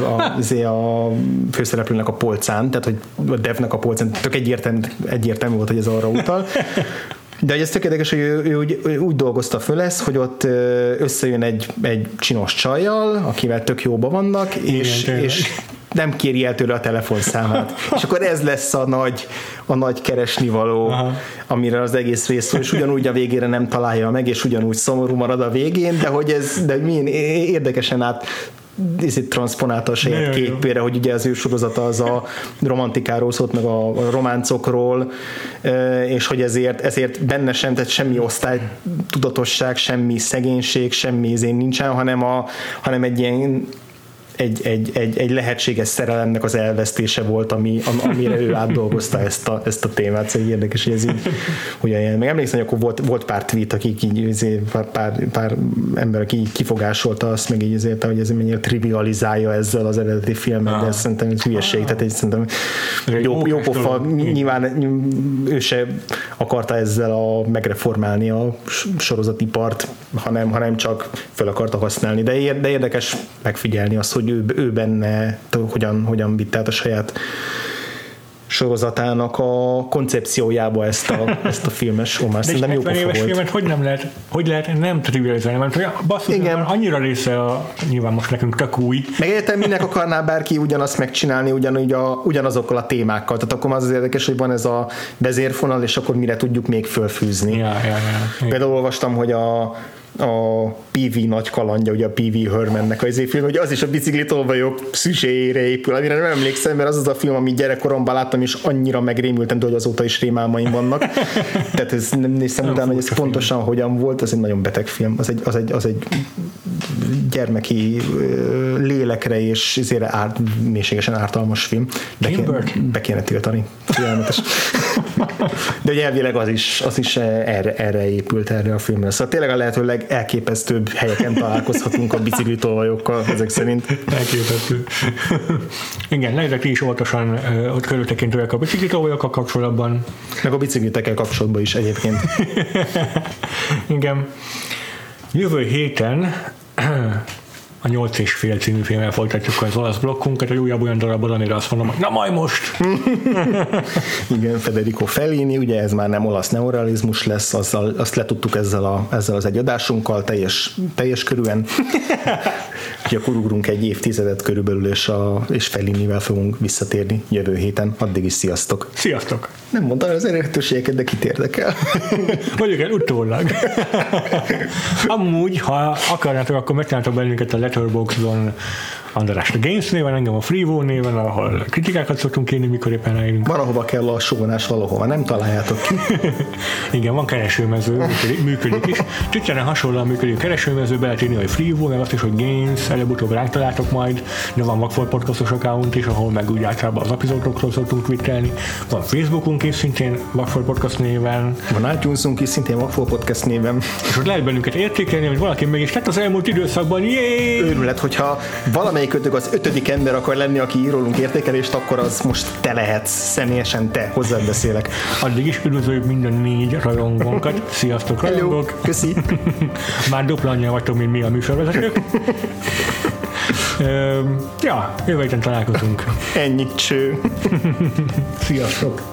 főszereplőnek a polcán, tehát hogy a Devnek a polcán, tök egyértelmű volt, hogy ez arra utal. De ez tökéletes, hogy ő úgy dolgozta föl ezt, hogy ott összejön egy csinos csajjal, akivel tök jóban vannak, és nem kéri el tőle a telefonszámát. És akkor ez lesz a nagy keresnivaló, amire az egész rész szól, és ugyanúgy a végére nem találja meg, és ugyanúgy szomorú marad a végén, de milyen érdekesen transzponálta a saját képére, hogy ugye az ő sorozata az a romantikáról szólt, meg a románcokról, és hogy ezért benne sem, tehát semmi osztálytudatosság, semmi szegénység, semmi nincsen, hanem egy ilyen egy lehetséges szerelemnek az elvesztése volt, amire ő átdolgozta ezt a témát, szóval érdekes, hogy ez így hogyan jön. Meg emlékszem, hogy akkor volt pár tweet, akik így, pár ember, aki így kifogásolta azt, meg így ezért, hogy ez mennyire trivializálja ezzel az eredeti filmet, de ez szerintem ez hülyeség, tehát szerintem jó pofa, nyilván ő se akarta ezzel megreformálni a sorozatipart, hanem csak fel akarta használni, de érdekes megfigyelni azt, hogy ő benne hogyan vitte át a saját sorozatának a koncepciójába ezt a filmes omást. De egy 70 éves filmet hogy lehet nem trivializálni, mert basszus, annyira része nyilván most nekünk tök új. Meg egyetem minek akarná bárki ugyanazt megcsinálni ugyanazokkal a témákkal. Tehát akkor az érdekes, hogy van ez a vezérfonal, és akkor mire tudjuk még fölfűzni. Ja. Például olvastam, hogy a PV nagy kalandja, ugye a PV Hermannek az film, hogy az is a biciklitolvajok szüzséjére épül, amire nem emlékszem, mert az a film, amit gyerekkoromban láttam, és annyira megrémültem, hogy azóta is rémálmaim vannak. Tehát ez nem néztem utána, hogy ez pontosan hogyan volt, ez egy nagyon beteg film. Az egy gyermeki lélekre és ezért mélységesen ártalmas film. Be kéne tiltani. De ugye elvileg az is erre épült, erre a filmre. Szóval tényleg a lehető legelképesztőbb helyeken találkozhatunk a biciklitolvajokkal ezek szerint. Elképesztő. Igen, legyetek ti is óvatosan ott körültekintőek a biciklitolvajokkal kapcsolatban. Meg a biciklitekkel kapcsolatban is egyébként. Igen. Jövő héten a 8,5 című filmmel folytatjuk az olasz blokkunkat, egy újabb olyan darabban, amire azt mondom, hogy na majd most! Igen, Federico Fellini, ugye ez már nem olasz neorealizmus lesz, azt letudtuk ezzel az egy adásunkkal, teljes körűen. Úgyhogy akkor ugrunk egy évtizedet körülbelül, és Fellinivel fogunk visszatérni jövő héten. Addig is sziasztok! Sziasztok! Nem mondtam az érhetőségeket, de kit érdekel? Mondjuk el utólag. Amúgy, ha akarnátok, akkor megtaláltok bennünket a Letterboxdon András a Games néven, engem a Freevo néven, ahol kritikákat szoktunk írni, mikor éppen ráírunk. Van, ahova kell a sónás, valahova, nem találjátok ki. Igen, van keresőmező, működik is. Twitcheren hasonlóan működik a keresőmező, be lehet írni, hogy Freevo, meg azt is, hogy Games, előbb-utóbb ránk találtok majd, de van Vagfolt Podcastos account is, ahol meg úgy általában az epizódokról szoktunk twittelni. Van Facebookunk is, szintén Vagfolt Podcast néven. Van iTunesunk is, szintén Vagfolt Podcast néven. És ott lehet bennünket értékelni, hogy valaki mégis tett az elmúlt időszakban, jé! Őrület, hogyha valamelyikötök az 5. ember akar lenni, aki ír rólunk értékelést, akkor az most te lehetsz, személyesen te, hozzád beszélek. Addig is üdvözöljük minden 4 rajongónkat. Sziasztok, rajongók! Hello, köszi! Már dupla annyian vagytok, mint mi a műsorvezetők. Jövő héten találkozunk. Ennyi, cső! Sziasztok!